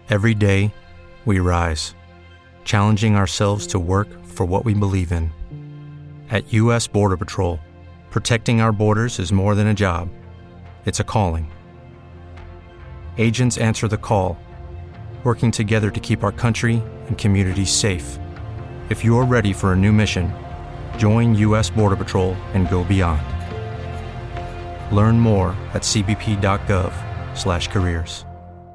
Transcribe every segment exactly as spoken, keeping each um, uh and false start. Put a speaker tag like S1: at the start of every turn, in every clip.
S1: Every day, we rise, challenging ourselves to work for what we believe in. At U S Border Patrol, protecting our borders is more than a job. It's a calling. Agents answer the call, working together to keep our country and communities safe. If you're ready for a new mission, join U S Border Patrol and go beyond. Learn more at c b p dot gov slash careers.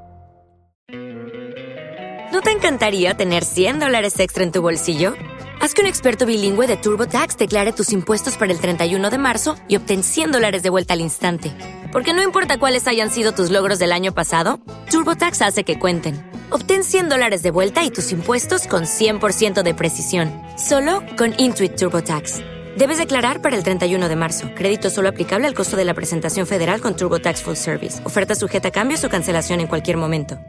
S2: ¿No te encantaría tener cien dólares extra en tu bolsillo? Haz que un experto bilingüe de TurboTax declare tus impuestos para el treinta y uno de marzo y obtén cien dólares de vuelta al instante. Porque no importa cuáles hayan sido tus logros del año pasado, TurboTax hace que cuenten. Obtén cien dólares de vuelta y tus impuestos con cien por ciento de precisión. Solo con Intuit TurboTax. Debes declarar para el treinta y uno de marzo. Crédito solo aplicable al costo de la presentación federal con TurboTax Full Service. Oferta sujeta a cambios o cancelación en cualquier momento.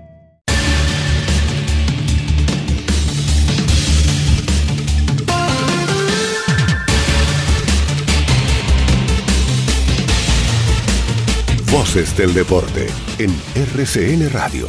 S3: Voces del Deporte en R C N Radio.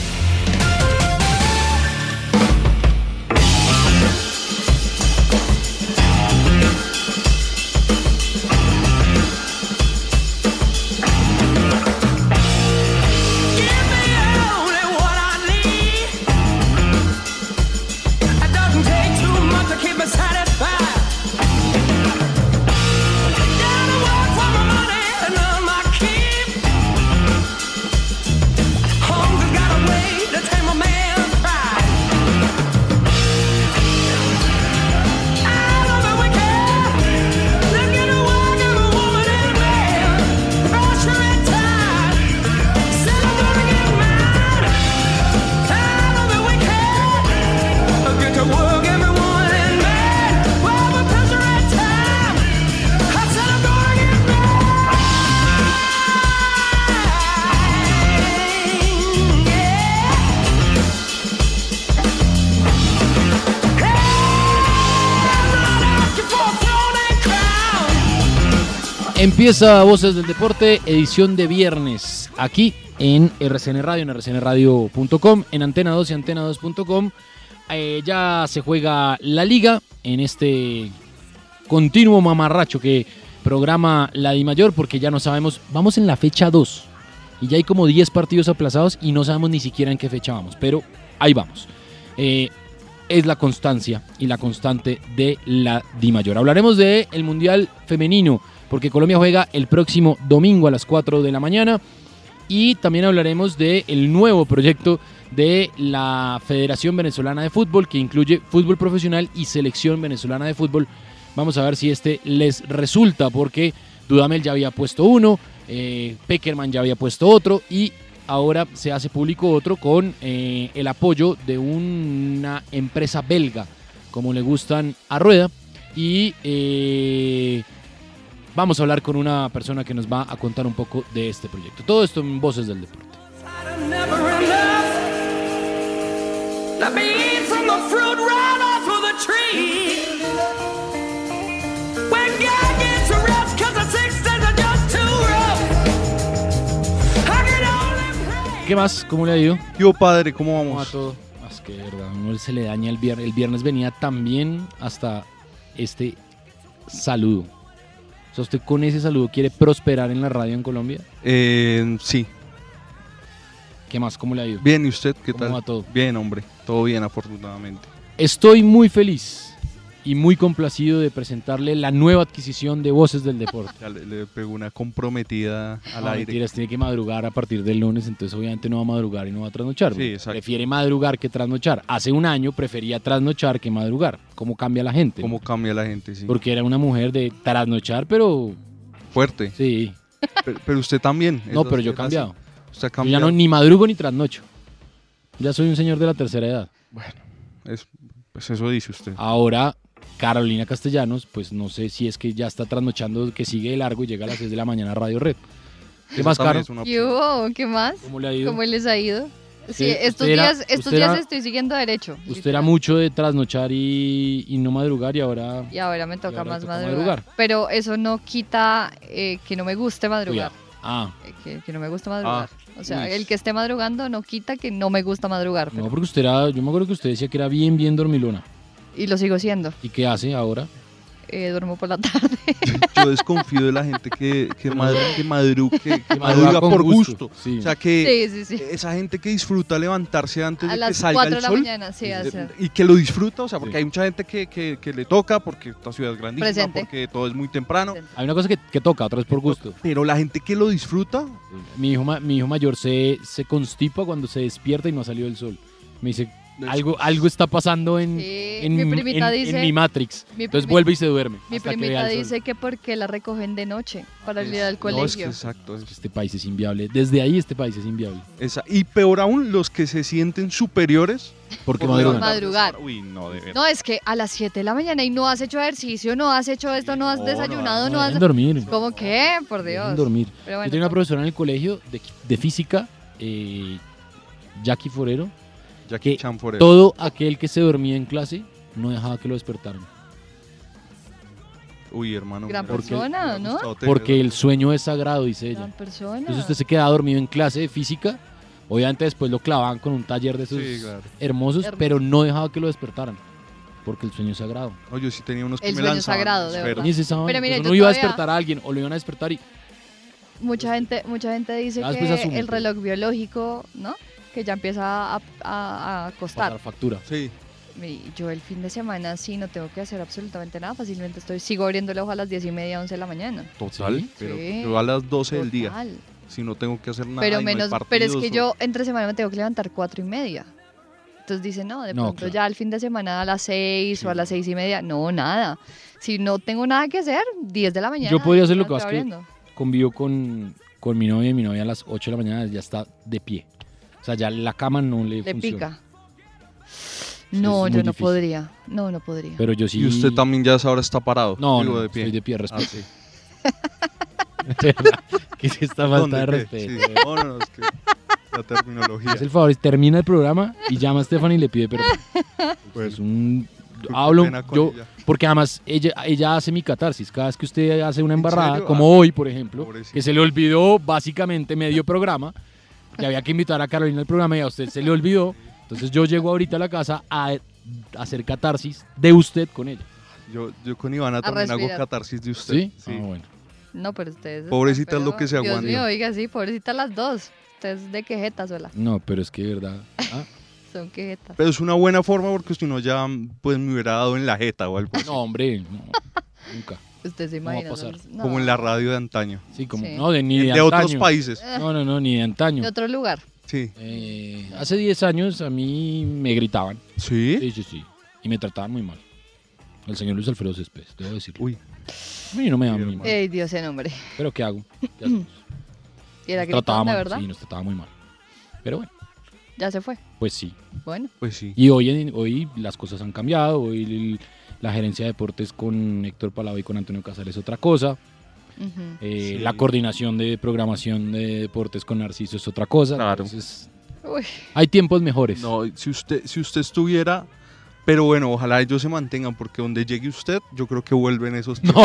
S4: Empieza Voces del Deporte, edición de viernes, aquí en R C N Radio, en r c n radio punto com, en Antena dos y antena dos punto com. Eh, ya se juega la liga en este continuo mamarracho que programa la DIMAYOR, porque ya no sabemos, vamos en la fecha dos y ya hay como diez partidos aplazados y no sabemos ni siquiera en qué fecha vamos, pero ahí vamos. Eh, es la constancia y la constante de la DIMAYOR. Hablaremos del Mundial Femenino, porque Colombia juega el próximo domingo a las cuatro de la mañana, y también hablaremos del nuevo proyecto de la Federación Venezolana de Fútbol, que incluye fútbol profesional y selección venezolana de fútbol. Vamos a ver si este les resulta, porque Dudamel ya había puesto uno, eh, Peckerman ya había puesto otro, y ahora se hace público otro con eh, el apoyo de una empresa belga, como le gustan a Rueda, y eh, vamos a hablar con una persona que nos va a contar un poco de este proyecto. Todo esto en Voces del Deporte. ¿Qué más? ¿Cómo le ha ido?
S5: Yo, padre, ¿cómo vamos?
S4: ¿Cómo va todo? Es que de verdad, no se le daña el viernes. El viernes venía tan bien hasta este saludo. O sea, ¿usted con ese saludo quiere prosperar en la radio en Colombia?
S5: Eh, sí.
S4: ¿Qué más? ¿Cómo le ha ido?
S5: Bien, ¿y usted qué
S4: ¿Cómo
S5: tal?
S4: va todo?
S5: Bien, hombre, todo bien, afortunadamente.
S4: Estoy muy feliz y muy complacido de presentarle la nueva adquisición de Voces del Deporte.
S5: Ya le, le pegó una comprometida al
S4: no,
S5: aire.
S4: Mentiras, tiene que madrugar a partir del lunes, entonces obviamente no va a madrugar y no va a trasnochar.
S5: Sí, exacto.
S4: Prefiere madrugar que trasnochar. Hace un año prefería trasnochar que madrugar. ¿Cómo cambia la gente?
S5: ¿Cómo cambia la gente? Sí.
S4: Porque era una mujer de trasnochar, pero...
S5: Fuerte.
S4: Sí.
S5: Pero, pero usted también.
S4: No,
S5: es
S4: pero
S5: así,
S4: yo he
S5: es
S4: cambiado.
S5: así. Usted ha
S4: Yo
S5: cambiado.
S4: ya no ni madrugo ni trasnocho. Ya soy un señor de la tercera edad.
S5: Bueno, es, pues eso dice usted.
S4: Ahora, Carolina Castellanos, pues no sé si es que ya está trasnochando, que sigue de largo y llega a las seis de la mañana a Radio Red. ¿Qué
S5: Eso
S4: más,
S5: también
S4: Caro?
S5: es una
S6: ¿Qué
S5: opción.
S6: hubo? ¿Qué más?
S4: ¿Cómo le ha ido?
S6: ¿Cómo les ha ido? Sí,
S4: Usted-
S6: estos
S4: usted era-
S6: días, estos
S4: usted
S6: días
S4: era-
S6: estoy siguiendo derecho.
S4: Usted
S6: literal.
S4: era mucho de trasnochar y, y no madrugar, y ahora...
S6: Y ahora me
S4: y
S6: toca
S4: ahora
S6: más
S4: toca
S6: madrugar.
S4: madrugar.
S6: Pero eso no quita eh, que no me guste madrugar.
S4: Cuidado. Ah,
S6: Eh, que, que no me guste madrugar.
S5: Ah,
S6: O sea,
S5: Uy.
S6: el que esté madrugando no quita que no me gusta madrugar. pero-
S4: No, porque usted era, yo me acuerdo que usted decía que era bien, bien dormilona.
S6: Y lo sigo siendo.
S4: ¿Y qué hace ahora?
S6: Eh, duermo por la tarde.
S5: Yo desconfío de la gente que, que, madru- que, madru- que- que
S4: Que madruga
S5: madruga
S4: con
S5: por
S4: gusto,
S5: gusto.
S4: sí.
S5: O sea, que
S6: Sí, sí, sí.
S5: esa gente que disfruta levantarse antes
S6: A
S5: de que
S6: las
S5: salga
S6: cuatro
S5: el
S6: de la
S5: sol.
S6: mañana, sí,
S5: eh,
S6: hacer.
S5: Y que lo disfruta, o sea, porque
S4: Sí.
S5: hay mucha gente que, que, que le toca, porque esta ciudad es grandísima,
S6: Presente.
S5: porque todo es muy temprano.
S4: Hay una cosa que, que toca, otra es por gusto.
S5: Pero la gente que lo disfruta,
S4: Mi hijo, ma- mi hijo mayor se, se constipa cuando se despierta y no ha salido el sol. Me dice, algo, algo está pasando en,
S6: Sí,
S4: en,
S6: mi primita
S4: en-
S6: dice-
S4: en mi Matrix.
S6: mi
S4: Entonces
S6: primi-
S4: vuelve y se duerme.
S6: Mi
S4: hasta que
S6: primita
S4: vea el sol.
S6: dice que porque la recogen de noche para ir al
S5: no, es
S6: colegio.
S5: que exacto. es-
S4: Este país es inviable. Desde ahí este país es inviable.
S5: esa- y peor aún, los que se sienten superiores
S4: Porque
S5: por
S4: madrugan.
S6: Madru- Madrugar.
S5: Uy, no, de verdad.
S6: No, es que a las siete de la mañana y no has hecho ejercicio, no has hecho esto, no has
S5: no,
S6: desayunado,
S5: no,
S6: no,
S4: No,
S6: has...
S4: dejen dormir.
S6: ¿Cómo qué? Por
S4: Dejen
S6: Dios.
S4: dormir.
S6: Pero bueno,
S4: Yo tenía una
S6: to-
S4: profesora en el colegio de, de física, eh, Jackie Forero.
S5: Jackie
S4: que
S5: Chan forever.
S4: Todo aquel que se dormía en clase no dejaba que lo despertaran.
S5: Uy, hermano.
S6: Gran
S5: me hubiera
S6: persona, ¿no?
S5: gustado tener
S4: Porque
S5: esa
S4: el sueño es sagrado, dice ella.
S6: Gran persona.
S4: Entonces usted se quedaba dormido en clase de física. Obviamente después lo clavaban con un taller de esos
S5: Sí, claro.
S4: hermosos,
S6: Hermoso.
S4: pero no dejaba que lo despertaran. Porque el sueño es sagrado.
S5: No, yo sí tenía unos que
S6: El
S5: me
S6: sueño
S5: lanzaban
S6: sagrado, de
S5: esferas.
S6: verdad.
S4: Y ese sábado,
S6: Pero mire,
S4: entonces
S6: yo
S4: uno iba a
S6: todavía-
S4: despertar a alguien o lo iban a despertar y
S6: Mucha gente, mucha gente dice
S4: Ya
S6: que
S4: después asume,
S6: el
S4: pero-
S6: reloj biológico, ¿no? Que ya empieza a, a, a costar.
S4: pasar factura.
S5: Sí.
S6: Y yo el fin de semana sí no tengo que hacer absolutamente nada, fácilmente estoy, sigo abriendo el ojo a las diez y media, once de la mañana.
S5: Total.
S4: Sí.
S5: Pero
S6: Sí.
S5: yo a las doce del día,
S6: Total.
S5: si no tengo que hacer nada.
S6: Pero
S5: y no hay
S6: menos, pero es que
S5: partidos,
S6: yo entre semana me tengo que levantar cuatro y media. Entonces dice, no, de
S4: No,
S6: pronto
S4: claro.
S6: ya al fin de semana a las seis
S5: Sí,
S6: o a las
S5: no.
S6: seis y media, no, nada. Si no tengo nada que hacer, diez de la mañana.
S4: Yo podría hacer
S6: ya
S4: lo que
S6: estoy
S4: pasa es que
S6: abriendo.
S4: Convivo con, con mi novia y mi novia a las ocho de la mañana ya está de pie. O sea, ya la cama no le,
S6: Le
S4: funciona.
S6: pica.
S4: Sí,
S6: No,
S4: es
S6: yo
S4: muy
S6: no
S4: difícil.
S6: podría. No, no podría.
S4: Pero yo sí...
S5: Y usted también ya ahora está parado.
S4: No,
S5: Digo,
S4: no,
S5: de pie.
S4: estoy de pie,
S5: Ah,
S4: respeto.
S5: sí.
S4: De verdad, ¿qué es esta falta de
S5: ¿Dónde? ¿Qué?
S4: respeto?
S5: Sí. No, no, no, es que la terminología.
S4: Haz el favor, termina el programa y llama a Stephanie y le pide perdón.
S5: Pues,
S4: Es un...
S5: qué
S4: Hablo,
S5: pena con
S4: yo,
S5: ella.
S4: porque además ella, ella hace mi catarsis. Cada vez que usted hace una
S5: ¿En
S4: embarrada,
S5: serio?
S4: como
S5: Ah,
S4: hoy, por ejemplo,
S5: pobrecito.
S4: que se le olvidó básicamente medio programa, que había que invitar a Carolina al programa y a usted se le olvidó. Entonces yo llego ahorita a la casa a hacer catarsis de usted con ella.
S5: Yo, yo con Ivana también hago
S6: respirar.
S5: catarsis de usted.
S4: ¿Sí?
S5: Sí.
S4: Ah, bueno.
S6: No, pero ustedes...
S5: Pobrecita
S6: están,
S5: es lo que se
S6: pero-
S5: aguanta.
S6: Dios mío, oiga, sí, pobrecita las dos. Ustedes de quejeta sola.
S4: No, pero es que de verdad. Ah,
S6: Son quejetas.
S5: Pero es una buena forma porque si no ya pues me hubiera dado en la jeta o algo así.
S4: no, hombre, no, nunca.
S6: Usted se
S4: No va a
S6: imagina.
S4: pasar.
S6: no,
S5: Como en la radio de antaño.
S4: Sí, como,
S6: Sí.
S4: no, de ni de,
S5: De otros
S4: antaño.
S5: países.
S4: No, no, no, ni de antaño.
S6: De otro lugar.
S5: Sí.
S4: Eh, hace diez años a mí me gritaban.
S5: ¿Sí?
S4: Sí, sí, sí. Y me trataban muy mal. El señor Luis Alfredo Céspedes, debo decirlo.
S5: Uy.
S4: A mí no me da
S5: Sí,
S4: muy
S5: hermano.
S4: mal.
S6: Ey, Dios, ese nombre.
S4: Pero ¿qué hago? ¿Qué hacemos?
S6: Y era
S4: Nos trataba
S6: gritón, de
S4: mal,
S6: verdad.
S4: sí, nos trataba muy mal. Pero bueno,
S6: Ya se fue.
S4: pues sí.
S6: Bueno.
S5: Pues sí.
S4: Y hoy, en- hoy las cosas han cambiado. Hoy el- la gerencia de deportes con Héctor Palau y con Antonio Casares es otra cosa.
S6: Ujú.
S4: Eh,
S5: Sí.
S4: La coordinación de programación de deportes con Narciso es otra cosa.
S5: Claro.
S4: Entonces,
S6: Uy,
S4: hay tiempos mejores.
S5: No, si usted, si usted estuviera, pero bueno, ojalá ellos se mantengan porque donde llegue usted, yo creo que vuelven esos
S4: No.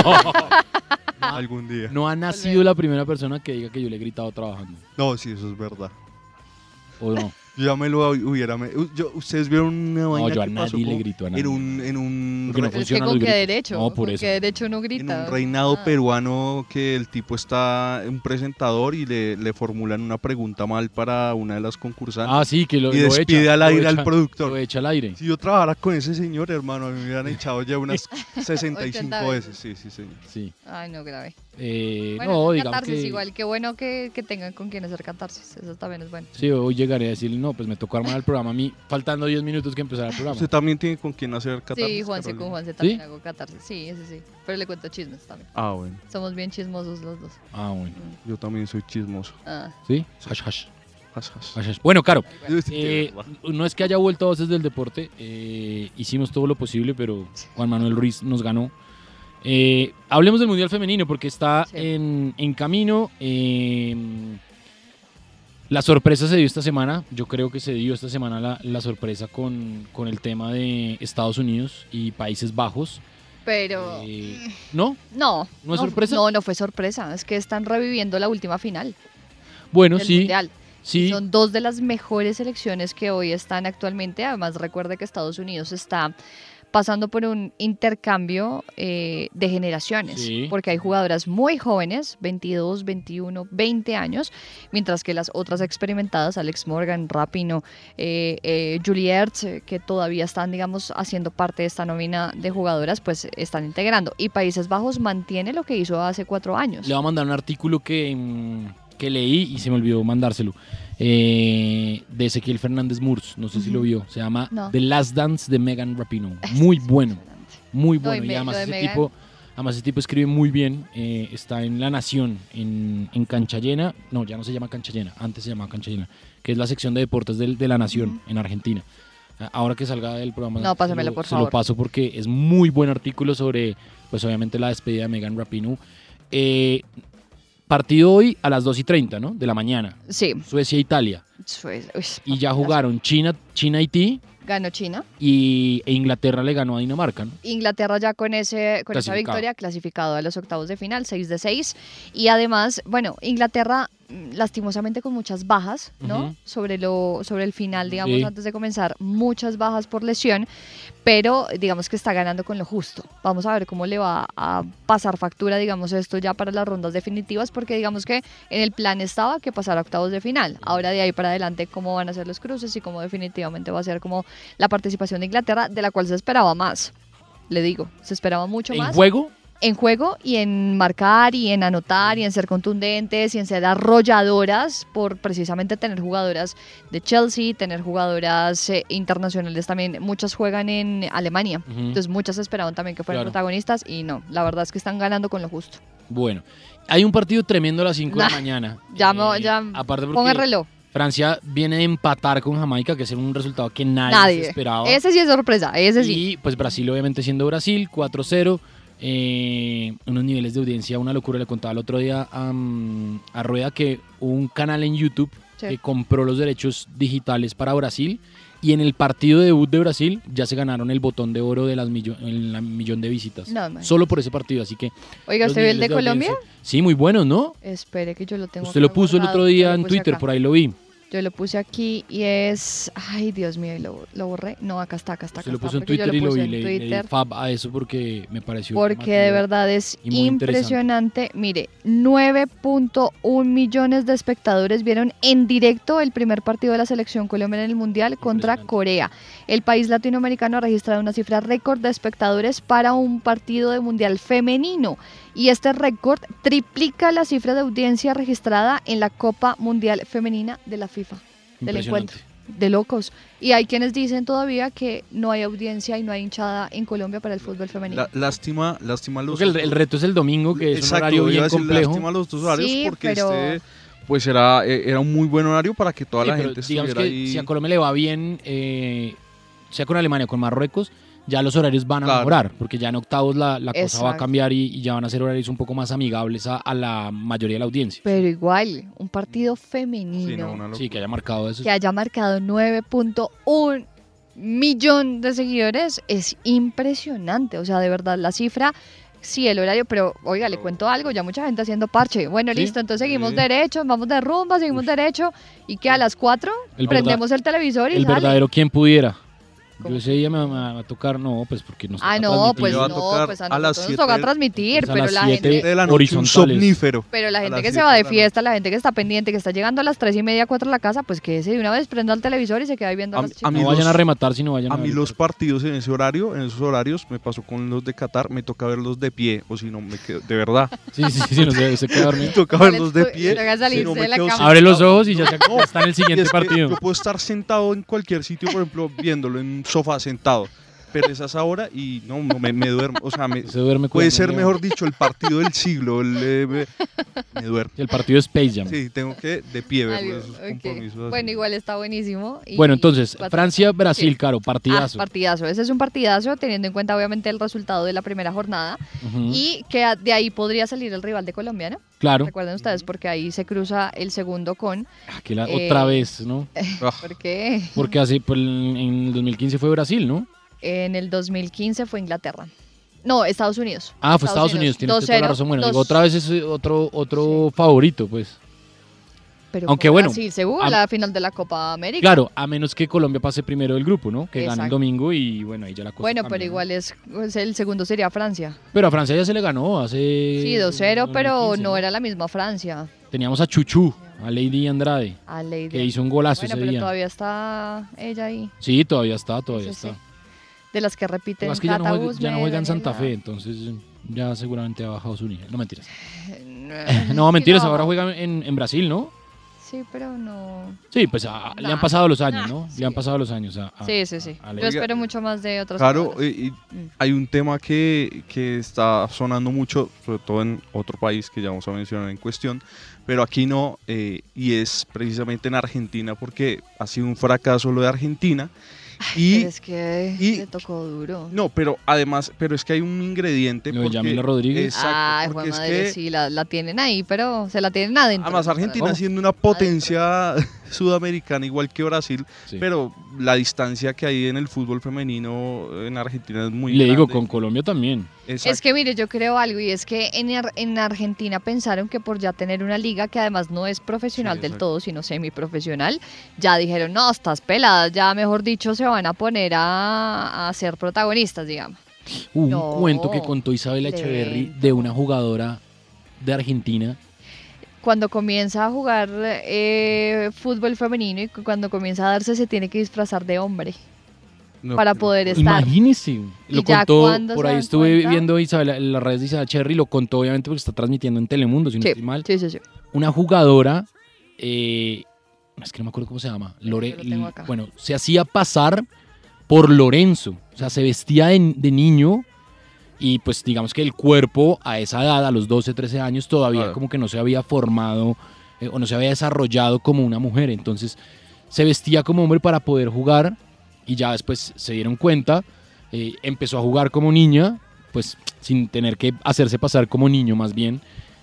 S5: algún día.
S4: No ha nacido la primera persona que diga que yo le he gritado trabajando.
S5: No, sí, eso es verdad.
S4: ¿O no?
S5: Yo ya me lo hubiera... me- yo- Ustedes vieron una vaina
S4: No, yo a
S5: que pasó
S4: nadie le
S5: como
S4: grito a nadie.
S5: en un, en un,
S4: Porque no
S6: pero es que
S4: funcionan
S6: con
S4: los
S6: qué
S4: gritos.
S6: derecho.
S4: No, por
S6: con
S4: eso.
S6: qué derecho uno
S5: en
S6: grita.
S5: un reinado
S6: Ah.
S5: peruano que el tipo está, un presentador, y le, le formulan una pregunta mal para una de las concursantes.
S4: Ah, sí, que lo,
S5: y
S4: lo
S5: despide
S4: echa,
S5: al
S4: lo
S5: aire
S4: echa,
S5: al productor.
S4: Lo echa al aire.
S5: Si yo trabajara con ese señor, hermano, me hubieran echado ya unas sesenta y
S6: ochenta
S5: cinco
S6: veces.
S5: veces. Sí, sí, señor.
S4: Sí.
S6: Ay, no, grave.
S4: Eh,
S6: Bueno,
S4: no,
S6: hacer
S4: digamos
S6: catarsis
S4: que...
S6: igual. Qué bueno que, que tengan con quien hacer catarsis. Eso también es bueno.
S4: Sí, hoy llegaré a decirle, no, pues me tocó armar el programa a mí, faltando diez minutos que empezara el programa.
S5: ¿Usted también tiene con quién hacer catarsis?
S6: Sí, Juanse,
S5: Carolina?
S6: con Juanse también
S4: ¿Sí?
S6: hago catarsis. Sí, ese sí. Pero le cuento chismes también.
S5: Ah, bueno.
S6: Somos bien chismosos los dos.
S4: Ah, bueno.
S5: Yo también soy chismoso.
S6: Ah.
S4: ¿Sí? Hash, hash,
S5: Jas, jas.
S4: hash, hash. Bueno, Caro,
S5: De
S4: eh,
S5: verdad.
S4: no es que haya vuelto a Voces del Deporte, eh, hicimos todo lo posible, pero Juan Manuel Ruiz nos ganó. Eh, hablemos del Mundial Femenino, porque está
S6: Sí.
S4: en, en camino. eh, la sorpresa se dio esta semana, yo creo que se dio esta semana la, la sorpresa con, con el tema de Estados Unidos y Países Bajos.
S6: Pero...
S4: Eh, ¿No?
S6: No.
S4: ¿No es sorpresa?
S6: No, no fue sorpresa. Es que están reviviendo la última final
S4: Bueno,
S6: del
S4: sí.
S6: Mundial.
S4: Sí.
S6: Son dos de las mejores selecciones que hoy están actualmente. Además, recuerde que Estados Unidos está pasando por un intercambio eh, de generaciones,
S4: Sí.
S6: porque hay jugadoras muy jóvenes, veintidós, veintiuno, veinte años, mientras que las otras experimentadas, Alex Morgan, Rapinoe, eh, eh, Julie Ertz, eh, que todavía están, digamos, haciendo parte de esta nómina de jugadoras, pues están integrando. Y Países Bajos mantiene lo que hizo hace cuatro años.
S4: Le voy a mandar un artículo que, mm, que leí y se me olvidó mandárselo. Eh, de Ezequiel Fernández Murs, no sé si lo vio. Se llama
S6: No.
S4: The Last Dance de Megan Rapinoe. Muy bueno, muy
S6: No,
S4: bueno.
S6: y
S4: y
S6: me-
S4: además
S6: lo de
S4: ese
S6: Megan-
S4: tipo, además ese tipo escribe muy bien. eh, está en La Nación, en, en Cancha Llena. No, ya no se llama Cancha Llena. Antes se llamaba Cancha Llena, que es la sección de deportes del- de La Nación en Argentina. A- Ahora que salga del programa,
S6: No,
S4: se
S6: pásamelo,
S4: lo-
S6: por
S4: se
S6: favor.
S4: lo paso porque es muy buen artículo sobre, pues obviamente la despedida de Megan Rapinoe. Eh, partido hoy a las dos y treinta, ¿no? De la mañana.
S6: Sí.
S4: Suecia-Italia.
S6: Suez- uy,
S4: Y ya
S6: partidazo.
S4: jugaron China, China-Haití
S6: Ganó China.
S4: y, e Inglaterra le ganó a Dinamarca, ¿no?
S6: Inglaterra ya con ese con esa
S4: Clasificado.
S6: victoria clasificado a los octavos de final, seis de seis. Y además, bueno, Inglaterra mm, lastimosamente con muchas bajas, ¿no?
S4: Ujú.
S6: Sobre lo sobre el final, digamos,
S4: Sí.
S6: antes de comenzar, muchas bajas por lesión, pero digamos que está ganando con lo justo. Vamos a ver cómo le va a pasar factura, digamos, esto ya para las rondas definitivas, porque digamos que en el plan estaba que pasara a octavos de final. Ahora de ahí para adelante cómo van a ser los cruces y cómo definitivamente va a ser como la participación de Inglaterra, de la cual se esperaba más. Le digo, se esperaba mucho
S4: En
S6: más
S4: juego,
S6: en juego y en marcar y en anotar y en ser contundentes y en ser arrolladoras por precisamente tener jugadoras de Chelsea, tener jugadoras eh, internacionales también. Muchas juegan en Alemania,
S4: Ujú.
S6: entonces muchas esperaban también que fueran
S4: Claro.
S6: protagonistas y no, la verdad es que están ganando con lo justo.
S4: bueno. Hay un partido tremendo a las cinco de la
S6: Nah,
S4: mañana.
S6: Ya, me-
S4: Eh,
S6: ya
S4: aparte
S6: ponga el
S4: porque
S6: reloj.
S4: Francia viene de empatar con Jamaica, que es un resultado que nadie, se
S6: Nadie.
S4: esperaba.
S6: Ese sí es sorpresa, ese sí.
S4: Y pues Brasil obviamente siendo Brasil, cuatro cero, eh, unos niveles de audiencia, una locura. Le contaba el otro día a, mm, a Rueda que un canal en YouTube
S6: Sí.
S4: que compró los derechos digitales para Brasil y en el partido de debut de Brasil ya se ganaron el botón de oro de las millo- el la millón de visitas.
S6: No, imagínate.
S4: Solo por ese partido, así que...
S6: Oiga,
S4: los
S6: ¿usted vio el
S4: niveles
S6: de Colombia?
S4: audiencia- Sí, muy bueno, ¿no?
S6: Espere que yo lo tengo
S4: Usted
S6: acá
S4: lo puso el
S6: guardado,
S4: otro
S6: yo
S4: día
S6: lo
S4: en
S6: puse
S4: Twitter,
S6: acá.
S4: por ahí lo vi.
S6: Yo lo puse aquí y es... Ay, Dios mío, ¿y lo, lo borré? No, acá está, acá está.
S4: Usted
S6: acá
S4: lo
S6: está,
S4: puso en
S6: porque yo
S4: Twitter y lo
S6: puse
S4: vi,
S6: en
S4: le, le di
S6: Twitter.
S4: fab a eso porque me pareció
S6: Porque de
S4: llamativo
S6: verdad es
S4: y muy
S6: impresionante. Mire, nueve punto uno millones de espectadores vieron en directo el primer partido de la selección colombiana en el Mundial contra
S4: Impresionante.
S6: Corea. El país latinoamericano ha registrado una cifra récord de espectadores para un partido de Mundial femenino. Y este récord triplica la cifra de audiencia registrada en la Copa Mundial Femenina de la FIFA. Del
S4: Impresionante.
S6: encuentro. De locos. Y hay quienes dicen todavía que no hay audiencia y no hay hinchada en Colombia para el fútbol femenino.
S5: La- lástima, lástima los
S4: Porque el, el reto es el domingo, que es
S5: Exacto,
S4: un horario
S5: iba a
S4: bien
S5: decir,
S4: complejo.
S5: Lástima los dos horarios
S6: Sí,
S5: porque
S6: pero-
S5: este pues era, eh, era un muy buen horario para que toda
S4: Sí,
S5: la
S4: pero
S5: gente
S4: digamos
S5: estuviera
S4: que
S5: ahí.
S4: si a Colombia le va bien, eh, sea con Alemania o con Marruecos, ya los horarios van a
S5: Claro.
S4: mejorar, porque ya en octavos la, la cosa va a
S6: Exacto.
S4: cambiar y, y ya van a ser horarios un poco más amigables a, a la mayoría de la audiencia.
S6: Pero igual, un partido femenino
S5: Sí, no, una
S4: Sí, que haya marcado eso.
S6: que haya marcado nueve punto uno millón de seguidores es impresionante. O sea, de verdad, la cifra, sí, el horario, pero oiga, le cuento algo, ya mucha gente haciendo parche. Bueno,
S4: Sí.
S6: listo, entonces seguimos
S5: Sí.
S6: derecho, vamos de rumba, seguimos derecho, y que a las cuatro
S4: El
S6: prendemos el televisor y
S4: El
S6: sale.
S4: verdadero quien pudiera.
S6: ¿Cómo?
S4: Yo ese día me, me va a tocar, no, pues porque no
S6: Ah, no, pues
S5: Le va a
S6: no,
S5: tocar
S6: pues a
S5: a las
S6: nosotros nos
S5: siete
S6: toca
S5: del-
S6: transmitir,
S4: pues a
S6: pero
S4: las
S6: la
S4: siete
S6: gente...
S5: de la noche un
S4: horizontales.
S5: somnífero.
S6: Pero la
S5: A
S6: gente
S5: las
S6: que se
S5: siete
S6: va de
S5: de la noche.
S6: fiesta, la gente que está pendiente, que está llegando a las tres y media, cuatro a la casa, pues que de una vez prenda el televisor y se queda ahí viendo a,
S5: A-
S6: las
S5: a
S6: chicas.
S5: mí
S4: No vayan
S5: los-
S4: a rematar, sino vayan a,
S5: A mí
S4: ver.
S5: los partidos en ese horario, en esos horarios, me pasó con los de Qatar, me toca verlos de pie, o si no me quedo, de verdad,
S4: Sí, sí, sí, no se, se queda
S5: me
S4: dormido.
S5: toca
S6: No
S5: verlos de
S6: les-
S5: pie.
S6: no hagas salirse
S5: si no me
S6: de la
S5: quedo
S6: cama.
S5: sin-
S4: Abre los ojos y ya, se, ya está en el
S5: Y
S4: siguiente
S5: es que
S4: partido.
S5: yo puedo estar sentado en cualquier sitio, por ejemplo, viéndolo en un sofá sentado, pero es a esa hora y no, no, me, me duermo, o sea, me-
S4: Se duerme
S5: puede
S4: cuando
S5: ser
S4: llega.
S5: mejor dicho el partido del siglo, el, eh, me, me duermo.
S4: El partido de Space Jam.
S5: Sí, tengo que de pie ver
S6: Algo,
S5: esos
S6: ok.
S5: compromisos. así.
S6: Bueno, igual está buenísimo. y-
S4: Bueno, entonces,
S6: cuatro-
S4: Francia-Brasil,
S6: Sí.
S4: Caro,
S6: Ah,
S4: partidazo.
S6: partidazo. Ese es un partidazo, teniendo en cuenta obviamente el resultado de la primera jornada
S4: Ujú.
S6: y que a- de ahí podría salir el rival de Colombia, ¿no?
S4: Claro.
S6: Recuerden ustedes, porque ahí se cruza el segundo con...
S4: Aquí la-
S6: Eh,
S4: otra vez, ¿no?
S5: Ah,
S6: ¿Por qué?
S4: Porque así, pues, en el dos mil quince fue Brasil, ¿no?
S6: En el dos mil quince fue Inglaterra. No, Estados Unidos.
S4: Ah, fue Estados Unidos, tienes
S6: dos
S4: toda la
S6: cero,
S4: razón. Bueno,
S6: dos-
S4: digo, otra vez es otro, otro favorito, pues.
S6: Pero
S4: Aunque
S6: con
S4: bueno,
S6: Brasil se jugó
S4: a-
S6: la final de la Copa América.
S4: Claro, a menos que Colombia pase primero del grupo, ¿no? Que gane el
S6: Exacto.
S4: domingo y bueno, ahí ya la cosa
S6: Bueno,
S4: cambia,
S6: pero
S4: ¿no?
S6: igual es, pues, el segundo sería Francia.
S4: Pero a Francia ya se le ganó hace...
S6: Sí, dos cero, pero
S4: dos mil quince,
S6: no era la misma Francia.
S4: Teníamos a Chuchú, a Lady Andrade,
S6: A Lady.
S4: que hizo un golazo
S6: Bueno,
S4: ese
S6: pero
S4: día.
S6: todavía está ella ahí.
S4: Sí, todavía está, todavía
S6: Sí, sí.
S4: está.
S6: De las que
S4: Lo
S6: repiten.
S4: que pasa es que ya no,
S6: Cata
S4: juega, ya no
S6: Usme,
S4: juega en Santa
S6: Daniela.
S4: Fe, entonces ya seguramente ha bajado su nivel. No, mentiras.
S6: Eh,
S4: No, mentiras,
S6: no.
S4: ahora juega en, en Brasil, ¿no?
S6: Sí, pero no.
S4: Sí, pues a- le han
S6: Nah.
S4: pasado los años, ¿no?
S6: Sí.
S4: Le han pasado los años a, a-
S6: Sí, sí, sí.
S4: a
S6: Yo
S4: Lady.
S6: espero mucho más de otras
S5: Claro,
S6: jugadoras.
S5: y, y
S6: Mm.
S5: hay un tema que, que está sonando mucho, sobre todo en otro país que ya vamos a mencionar en cuestión, pero aquí no, eh, y es precisamente en Argentina, porque ha sido un fracaso lo de Argentina. Y
S6: Pero es que
S5: y-
S6: le tocó duro.
S5: no, pero además, pero es que hay un ingrediente.
S4: Lo de
S5: porque-
S4: Yamila Rodríguez.
S5: Exacto,
S6: Ay,
S5: porque
S6: jue
S5: es
S6: madre,
S5: que
S6: sí, la, la tienen ahí, pero se la tienen adentro.
S5: además Argentina
S4: Oh.
S5: siendo una potencia sudamericana igual que Brasil,
S4: Sí.
S5: pero la distancia que hay en el fútbol femenino en Argentina es muy
S4: Y le digo,
S5: grande.
S4: con Colombia también.
S5: Exacto.
S6: Es que mire, yo creo algo y es que en, Ar- en Argentina pensaron que por ya tener una liga que además no es profesional
S5: Sí,
S6: del
S5: exacto.
S6: todo, sino semiprofesional, ya dijeron, no, estás pelada, ya mejor dicho se van a poner a, a ser protagonistas, digamos.
S4: Hubo
S6: No,
S4: un cuento que contó Isabela Echeverry de una jugadora de Argentina.
S6: Cuando comienza a jugar eh, fútbol femenino y cu- cuando comienza a darse se tiene que disfrazar de hombre
S5: No,
S6: para
S5: pero-
S6: poder estar.
S4: Imagínese. Lo
S6: Y ya
S4: contó,
S6: cuando
S4: por
S6: se
S4: ahí
S6: dan
S4: estuve
S6: cuenta-
S4: viendo Isabela, en las redes de Isabela Echeverry, lo contó obviamente porque está transmitiendo en Telemundo, si no
S6: Sí,
S4: estoy mal.
S6: sí, sí, sí.
S4: Una jugadora, eh, es que no me acuerdo cómo se llama, Lore,
S6: Yo lo tengo acá.
S4: bueno, se hacía pasar por Lorenzo, o sea, se vestía de, de niño y pues digamos que el cuerpo a esa edad, a los doce, trece años, todavía
S5: Claro.
S4: como que no se había formado eh, o no se había desarrollado como una mujer, entonces se vestía como hombre para poder jugar y ya después se dieron cuenta, eh, empezó a jugar como niña, pues sin tener que hacerse pasar como niño más bien,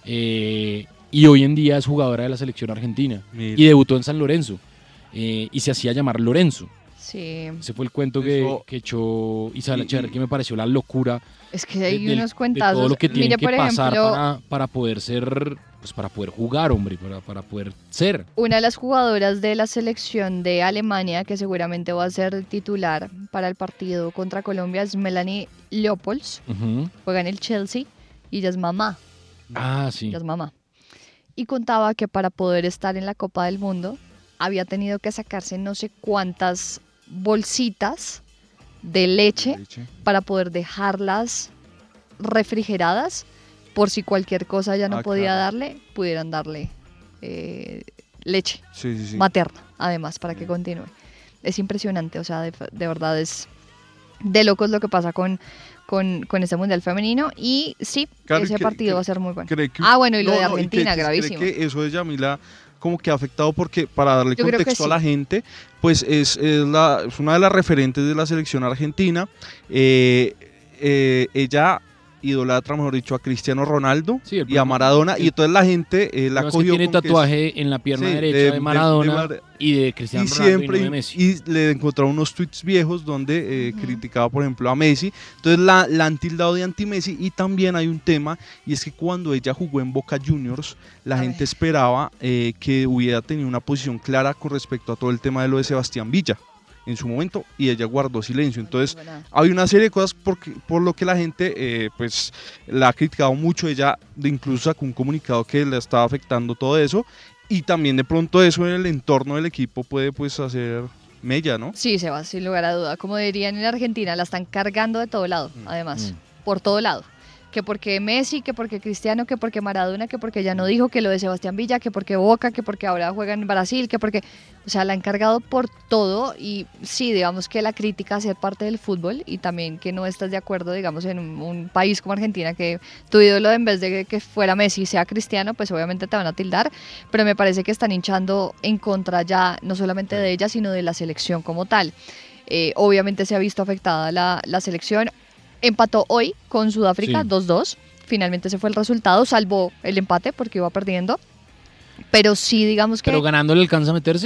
S4: eh, y hoy en día es jugadora de la selección argentina
S5: Mira.
S4: y debutó en San Lorenzo eh, y se hacía llamar Lorenzo.
S6: Sí,
S4: Ese fue el cuento que,
S5: Eso-
S4: que echó Isabela
S5: y-
S4: Echeverry,
S5: y-
S4: que me pareció la locura
S6: es que
S4: de,
S6: hay
S4: del-
S6: unos
S4: de
S6: cuentazos.
S4: todo lo que tiene
S6: Mire,
S4: que
S6: por
S4: pasar
S6: ejemplo,
S4: para, para poder ser, pues para poder jugar, hombre, para, para poder ser.
S6: una de las jugadoras de la selección de Alemania, que seguramente va a ser titular para el partido contra Colombia, es Melanie Leopolds.
S4: Ujú.
S6: Juega en el Chelsea y ella es mamá.
S4: Ah, sí.
S6: Ella es mamá. Y contaba que para poder estar en la Copa del Mundo había tenido que sacarse no sé cuántas bolsitas de leche para poder dejarlas refrigeradas por si cualquier cosa ya no
S5: Ah,
S6: podía
S5: claro.
S6: darle, pudieran darle eh, leche
S5: Sí, sí, sí.
S6: materna, además, para que continúe. Es impresionante, o sea, de, de verdad es de locos lo que pasa con, con, con este Mundial Femenino y sí,
S5: Claro,
S6: ese
S5: que-
S6: partido
S5: que-
S6: va a ser muy bueno.
S5: ¿Cree que-
S6: Ah, bueno, y lo
S5: No,
S6: de
S5: no, y que-
S6: Argentina,
S5: que- cree
S6: gravísimo.
S5: que eso de Yamila como que ha afectado porque, para darle
S6: Yo creo que
S5: contexto a
S6: sí.
S5: la gente, pues es, es, la, es una de las referentes de la selección argentina. Eh, eh, ella idolatra, mejor dicho, a Cristiano Ronaldo
S4: Sí, el
S5: y a
S4: problema-
S5: Maradona, y
S4: el-
S5: entonces la gente eh, la
S4: Además que
S5: cogió
S4: tiene
S5: con que es-
S4: tatuaje en la pierna
S5: Sí,
S4: derecha
S5: de-
S4: de,
S5: de-
S4: Maradona
S5: de Mar-
S4: y de Cristiano
S5: y
S4: Ronaldo
S5: siempre
S4: y no de Messi.
S5: y le encontraron unos tweets viejos donde eh,
S6: Ujú.
S5: criticaba por ejemplo a Messi, entonces la, la han tildado de anti-Messi. Y también hay un tema, y es que cuando ella jugó en Boca Juniors la
S6: A
S5: gente
S6: ver.
S5: esperaba eh, que hubiera tenido una posición clara con respecto a todo el tema de lo de Sebastián Villa en su momento, y ella guardó silencio. Entonces hay una serie de cosas porque, por lo que la gente eh, pues la ha criticado mucho. Ella de incluso sacó un comunicado que le estaba afectando todo eso, y también de pronto eso en el entorno del equipo puede pues hacer mella, ¿no?
S6: Sí, se va, sin lugar a duda. Como dirían en Argentina, la están cargando de todo lado, además,
S4: Mm.
S6: por todo lado. Que porque Messi, que porque Cristiano, que porque Maradona, que porque ya no dijo, que lo de Sebastián Villa, que porque Boca, que porque ahora juega en Brasil, que porque... O sea, la han cargado por todo y sí, digamos que la crítica a ser parte del fútbol y también que no estás de acuerdo, digamos, en un, un país como Argentina, que tu ídolo en vez de que fuera Messi sea Cristiano, pues obviamente te van a tildar, pero me parece que están hinchando en contra ya no solamente de ella, sino de la selección como tal. Eh, obviamente se ha visto afectada la, la selección. Empató hoy con Sudáfrica
S4: Sí.
S6: dos dos. Finalmente ese fue el resultado, salvó el empate porque iba perdiendo. Pero sí, digamos que...
S4: Pero ganando le alcanza a meterse.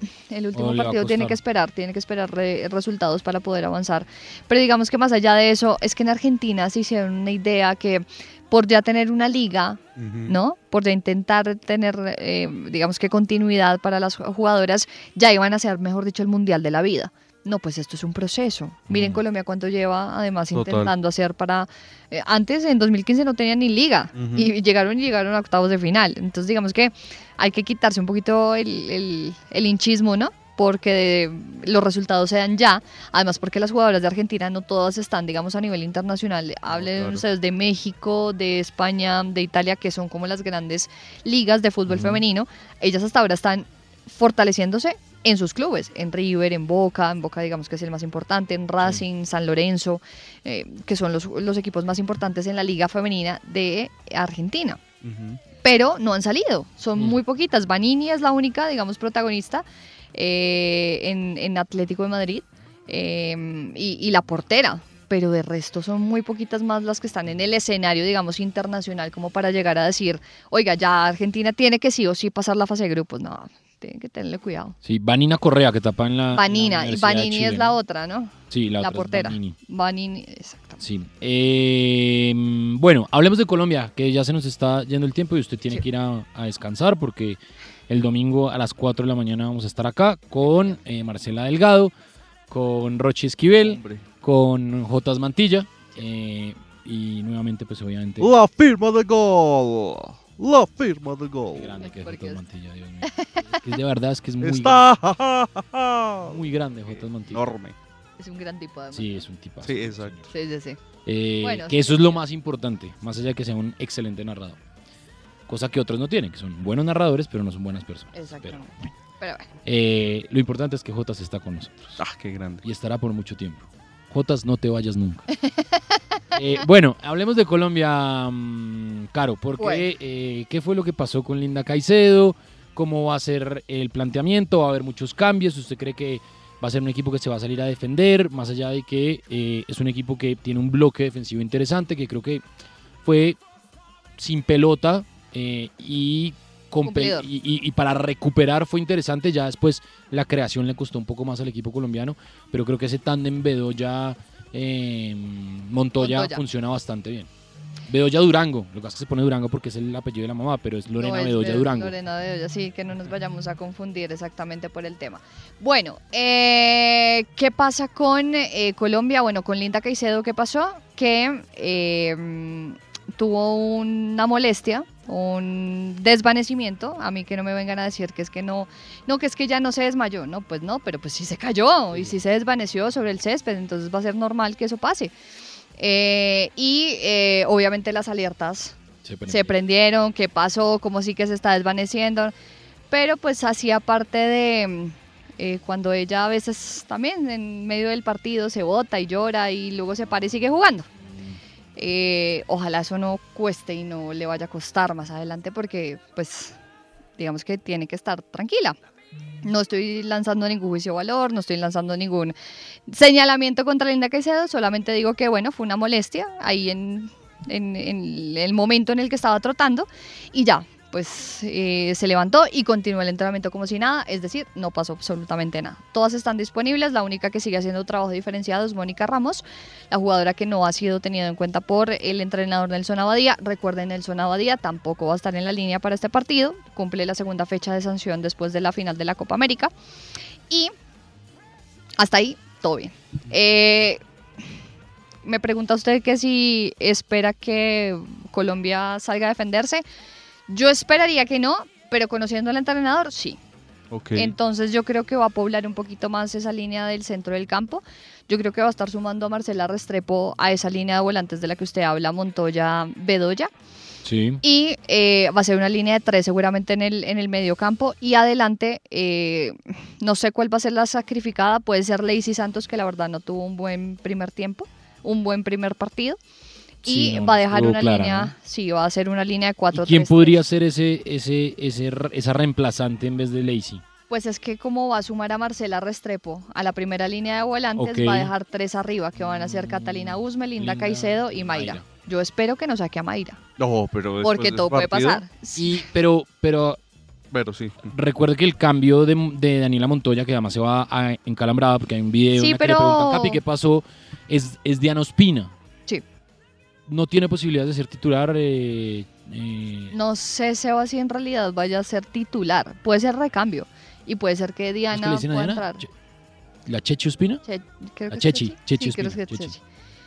S6: el
S4: ¿O
S6: último
S4: le va a
S6: partido tiene
S4: costar?
S6: que esperar, tiene que esperar re- resultados para poder avanzar. Pero digamos que más allá de eso, es que en Argentina se hicieron una idea que por ya tener una liga, ¿no? Por ya intentar tener, eh, digamos que continuidad para las jugadoras, ya iban a ser, mejor dicho, el mundial de la vida. No, pues esto es un proceso. Miren
S4: Mm.
S6: Colombia cuánto lleva, además,
S5: Total.
S6: intentando hacer para... eh, antes, en dos mil quince, no tenían ni liga
S5: Ujú.
S6: y llegaron y llegaron a octavos de final. Entonces, digamos que hay que quitarse un poquito el, el, el hinchismo, ¿no? Porque los resultados se dan ya. Además, porque las jugadoras de Argentina no todas están, digamos, a nivel internacional. Hablen
S5: claro.
S6: ustedes de México, de España, de Italia, que son como las grandes ligas de fútbol
S5: Ujú.
S6: femenino. Ellas hasta ahora están fortaleciéndose en sus clubes, en River, en Boca, en Boca digamos que es el más importante, en Racing, San Lorenzo, eh, que son los, los equipos más importantes en la liga femenina de Argentina.
S5: Ujú.
S6: Pero no han salido, son
S4: Mm.
S6: muy poquitas. Vanini es la única, digamos, protagonista eh, en, en Atlético de Madrid eh, y, y la portera. Pero de resto son muy poquitas más las que están en el escenario, digamos, internacional, como para llegar a decir, oiga, ya Argentina tiene que sí o sí pasar la fase de grupos. No, tienen que tenerle cuidado.
S4: Sí, Vanina Correa, que tapa en la. en la
S6: Vanina, y
S4: Universidad de
S6: Vanini
S4: Chile,
S6: es la
S4: ¿no?
S6: otra, ¿no?
S4: Sí, la,
S6: La,
S4: otra es
S6: portera.
S4: Vanini.
S6: Vanini, exacto.
S4: Sí. Eh, bueno, hablemos de Colombia, que ya se nos está yendo el tiempo y usted tiene
S6: Sí.
S4: que ir a, a descansar porque el domingo a las cuatro de la mañana vamos a estar acá con eh, Marcela Delgado, con Rochi Esquivel,
S5: Hombre.
S4: con Jotas Mantilla eh, y nuevamente pues obviamente
S5: La firma de gol. La firma de
S4: qué
S5: gol.
S4: grande que es
S6: Porque
S4: Jotas
S6: es-
S4: Mantilla, Dios mío. Es que es de verdad, es que es muy,
S5: Está
S4: muy grande Jotas Mantilla.
S5: enorme.
S6: Es un gran tipo, además.
S4: Sí, es un tipazo.
S5: Sí, exacto.
S6: Sí, sí, sí.
S4: Eh,
S6: Bueno,
S4: que
S6: sí,
S4: eso es
S6: sí.
S4: lo más importante, más allá de que sea un excelente narrador. Cosa que otros no tienen, que son buenos narradores, pero no son buenas personas. Pero,
S6: Exactamente. Pero bueno,
S4: eh, lo importante es que Jotas está con nosotros
S5: Ah, qué grande.
S4: y estará por mucho tiempo. Jotas, no te vayas nunca. Eh, bueno, hablemos de Colombia, mm, Caro, porque
S6: Bueno.
S4: eh, ¿qué fue lo que pasó con Linda Caicedo? ¿Cómo va a ser el planteamiento? ¿Va a haber muchos cambios? ¿Usted cree que va a ser un equipo que se va a salir a defender? Más allá de que eh, es un equipo que tiene un bloque defensivo interesante, que creo que fue sin pelota eh, y, con pe-
S6: Cumplidor.
S4: y, y- y para recuperar fue interesante. Ya después la creación le costó un poco más al equipo colombiano, pero creo que ese tándem Bedoya eh, Montoya,
S6: Montoya.
S4: funciona bastante bien. Bedoya Durango, lo que pasa es que se pone Durango porque es el apellido de la mamá, pero es Lorena
S6: no es
S4: Bedoya
S6: de-
S4: Durango.
S6: Lorena Bedoya, sí, que no nos vayamos a confundir exactamente por el tema. Bueno, eh, ¿qué pasa con eh, Colombia? Bueno, con Linda Caicedo, ¿qué pasó? Que eh, mm, tuvo una molestia, un desvanecimiento. A mí que no me vengan a decir que es que no, no, que es que ya no se desmayó. No, pues no, pero pues sí se cayó y sí se desvaneció sobre el césped, entonces va a ser normal que eso pase. Eh, y eh, obviamente las alertas
S4: Se prende.
S6: se prendieron, qué pasó, cómo sí que se está desvaneciendo, pero pues hacía parte de mm, eh, cuando ella a veces también en medio del partido se bota y llora y luego se para y sigue jugando. Eh, ojalá eso no cueste y no le vaya a costar más adelante porque pues digamos que tiene que estar tranquila. No estoy lanzando ningún juicio de valor, no estoy lanzando ningún señalamiento contra Linda Caicedo, solamente digo que bueno, fue una molestia ahí en, en, en el momento en el que estaba trotando y ya, pues eh, se levantó y continuó el entrenamiento como si nada, es decir, no pasó absolutamente nada. Todas están disponibles, la única que sigue haciendo trabajo diferenciado es Mónica Ramos, la jugadora que no ha sido tenida en cuenta por el entrenador Nelson Abadía. Recuerden, Nelson Abadía tampoco va a estar en la línea para este partido, cumple la segunda fecha de sanción después de la final de la Copa América y hasta ahí todo bien. Eh, me pregunta usted que si espera que Colombia salga a defenderse. Yo esperaría que no, pero conociendo al entrenador, sí.
S5: Ok.
S6: Entonces yo creo que va a poblar un poquito más esa línea del centro del campo. Yo creo que va a estar sumando a Marcela Restrepo a esa línea de volantes de la que usted habla, Montoya, Bedoya.
S4: Sí.
S6: Y eh, va a ser una línea de tres seguramente en el, en el medio campo. Y adelante, eh, no sé cuál va a ser la sacrificada. Puede ser Lacey Santos, que la verdad no tuvo un buen primer tiempo, un buen primer partido.
S4: Sí,
S6: Y
S4: no,
S6: va a dejar
S4: estuvo
S6: una
S4: clara,
S6: línea,
S4: ¿no?
S6: sí, va a ser una línea de cuatro.
S4: ¿Y quién podría ser ese, ese, ese, esa reemplazante en vez de Lacey?
S6: Pues es que como va a sumar a Marcela Restrepo a la primera línea de volantes,
S4: Ok.
S6: va a dejar tres arriba, que van a ser Catalina Usme, Linda,
S4: Linda
S6: Caicedo y Mayra.
S4: Mayra.
S6: Yo espero que no saque a Mayra,
S5: No, pero después
S6: porque
S5: del
S6: todo puede
S5: partido,
S6: pasar.
S4: Y, pero, pero
S5: Pero sí.
S4: Recuerde que el cambio de, de Daniela Montoya, que además se va a, encalambrada porque hay un video
S6: sí,
S4: en la
S6: pero...
S4: que le preguntan, Capi, ¿qué pasó? Es, es Diana Ospina.
S6: Sí.
S4: No tiene posibilidad de ser titular. Eh, eh...
S6: No sé, Seba, si en realidad vaya a ser titular. Puede ser recambio. Y puede ser que Diana
S4: ¿Es que le
S6: pueda
S4: a Diana?
S6: entrar.
S4: Che, ¿La Chechi Ospina?
S6: Che, creo
S4: La
S6: que
S4: Chechi.
S6: es
S4: Chechi
S6: sí,
S4: Ospina.
S6: creo que es
S4: Chechi.
S6: Chechi.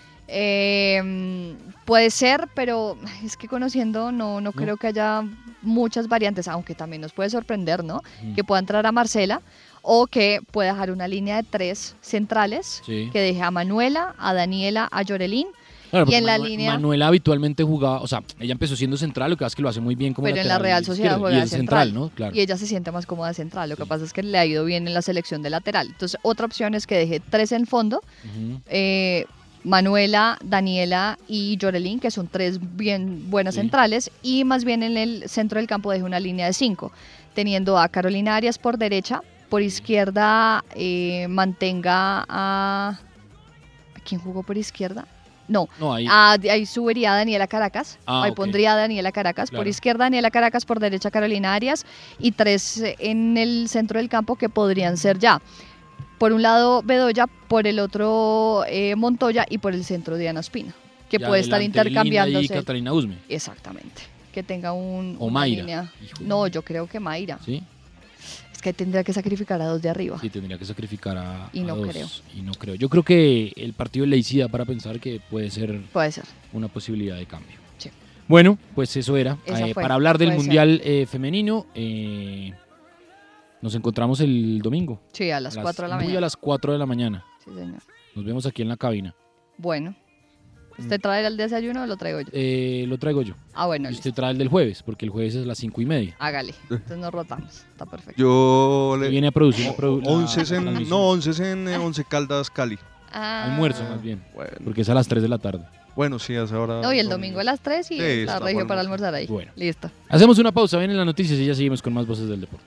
S6: Eh, puede ser, pero es que conociendo no, no, no creo que haya muchas variantes, aunque también nos puede sorprender, ¿no? Mm. Que pueda entrar a Marcela o que pueda dejar una línea de tres centrales, sí. Que deje a Manuela, a Daniela, a Yorelín.
S4: Claro,
S6: y en
S4: Manu-
S6: la línea...
S4: Manuela habitualmente jugaba, o sea, ella empezó siendo central, lo que pasa es que lo hace muy bien como
S6: pero
S4: lateral.
S6: Pero en la Real Sociedad juega
S4: y es
S6: central,
S4: central, ¿no? Claro.
S6: Y ella se siente más cómoda de central, lo que
S4: sí.
S6: pasa es que le ha ido bien en la selección de lateral. Entonces, otra opción es que deje tres en fondo, uh-huh. eh, Manuela, Daniela y Yorelín, que son tres bien buenas sí. centrales, y más bien en el centro del campo deje una línea de cinco, teniendo a Carolina Arias por derecha, por izquierda eh, mantenga a... ¿A quién jugó por izquierda? No,
S4: no ahí...
S6: Ah, ahí subiría a Daniela Caracas,
S4: ah,
S6: ahí
S4: okay.
S6: pondría a Daniela Caracas, claro. Por izquierda Daniela Caracas, por derecha Carolina Arias y tres en el centro del campo que podrían ser ya. Por un lado Bedoya, por el otro eh, Montoya y por el centro Diana Ospina, que
S4: ya,
S6: puede estar intercambiándose.
S4: Y Catalina Usme.
S6: Exactamente, que tenga un...
S4: O Mayra.
S6: Línea. No, yo creo que Mayra.
S4: ¿Sí?
S6: Que tendría que sacrificar a dos de arriba.
S4: Sí, tendría que sacrificar a,
S6: y no
S4: a dos.
S6: creo.
S4: Y no creo. Yo creo que el partido le da para pensar que puede ser,
S6: puede ser
S4: una posibilidad de cambio.
S6: Sí.
S4: Bueno, pues eso era. Eh,
S6: fue,
S4: para hablar del Mundial
S6: eh,
S4: Femenino, eh, nos encontramos el domingo.
S6: Sí, a las, a las cuatro de la
S4: muy
S6: mañana.
S4: a las cuatro de la mañana.
S6: Sí, señor.
S4: Nos vemos aquí en la cabina.
S6: Bueno. ¿Usted trae el desayuno o lo traigo yo?
S4: Eh, lo traigo yo.
S6: Ah, bueno.
S4: Y usted listo. Trae el del jueves, porque el jueves es a las cinco y media.
S6: Hágale. Entonces nos rotamos. Está perfecto.
S5: Yo le...
S4: viene a producir. O, produ
S5: once en, no, once en eh, Once Caldas, Cali.
S6: Ah.
S4: Almuerzo más bien.
S5: Bueno.
S4: Porque es a las tres de la tarde.
S5: Bueno, sí, hace ahora.
S6: No, y el domingo a las tres y sí, la regio para almorzar ahí.
S4: Bueno.
S6: Listo.
S4: Hacemos una pausa, vienen las noticias y ya seguimos con más Voces del Deporte.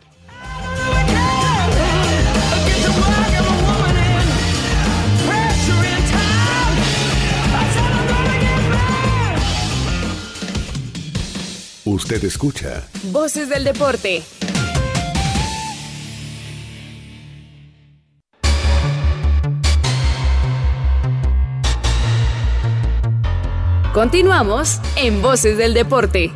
S3: Usted escucha
S7: Voces del Deporte. Continuamos en Voces del Deporte.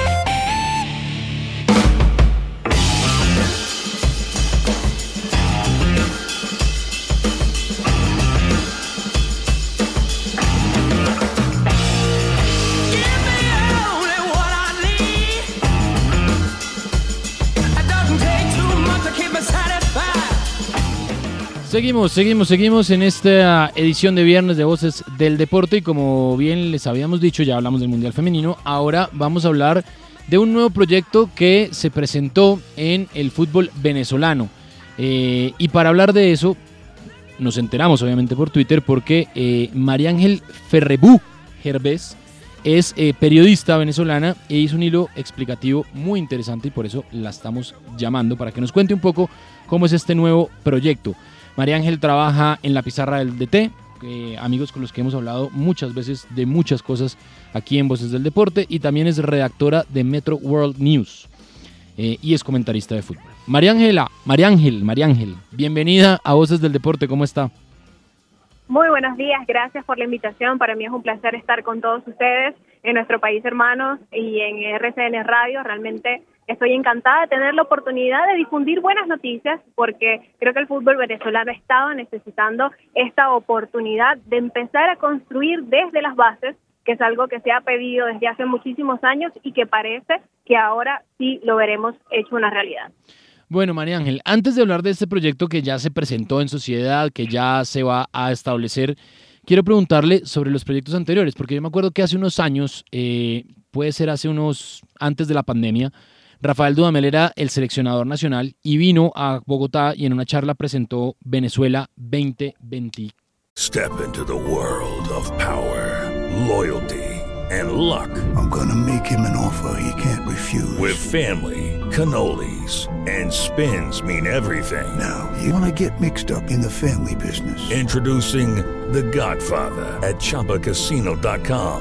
S4: Seguimos, seguimos, seguimos en esta edición de viernes de Voces del Deporte y como bien les habíamos dicho, ya hablamos del Mundial Femenino, ahora vamos a hablar de un nuevo proyecto que se presentó en el fútbol venezolano. Eh, y para hablar de eso, nos enteramos obviamente por Twitter porque eh, María Ángel Ferrebú Gervés es eh, periodista venezolana e hizo un hilo explicativo muy interesante y por eso la estamos llamando para que nos cuente un poco cómo es este nuevo proyecto. María Ángel trabaja en la pizarra del D T, eh, amigos con los que hemos hablado muchas veces de muchas cosas aquí en Voces del Deporte, y también es redactora de Metro World News eh, y es comentarista de fútbol. María Ángela, María Ángel, María Ángel, bienvenida a Voces del Deporte, ¿cómo está?
S8: Muy buenos días, gracias por la invitación, para mí es un placer estar con todos ustedes en nuestro país hermanos y en R C N Radio. Realmente estoy encantada de tener la oportunidad de difundir buenas noticias porque creo que el fútbol venezolano estaba necesitando esta oportunidad de empezar a construir desde las bases, que es algo que se ha pedido desde hace muchísimos años y que parece que ahora sí lo veremos hecho una realidad.
S4: Bueno, María Ángel, antes de hablar de este proyecto que ya se presentó en sociedad, que ya se va a establecer, quiero preguntarle sobre los proyectos anteriores, porque yo me acuerdo que hace unos años, eh, puede ser hace unos, antes de la pandemia, Rafael Dudamel era el seleccionador nacional y vino a Bogotá y en una charla presentó Venezuela veinte veinte.
S9: Step into the world of power, loyalty, and luck.
S10: I'm gonna make him an offer he can't refuse.
S9: With family, cannolis, and spins mean everything.
S10: Now, you wanna get mixed up in the family business.
S9: Introducing The Godfather at Chumba Casino dot com.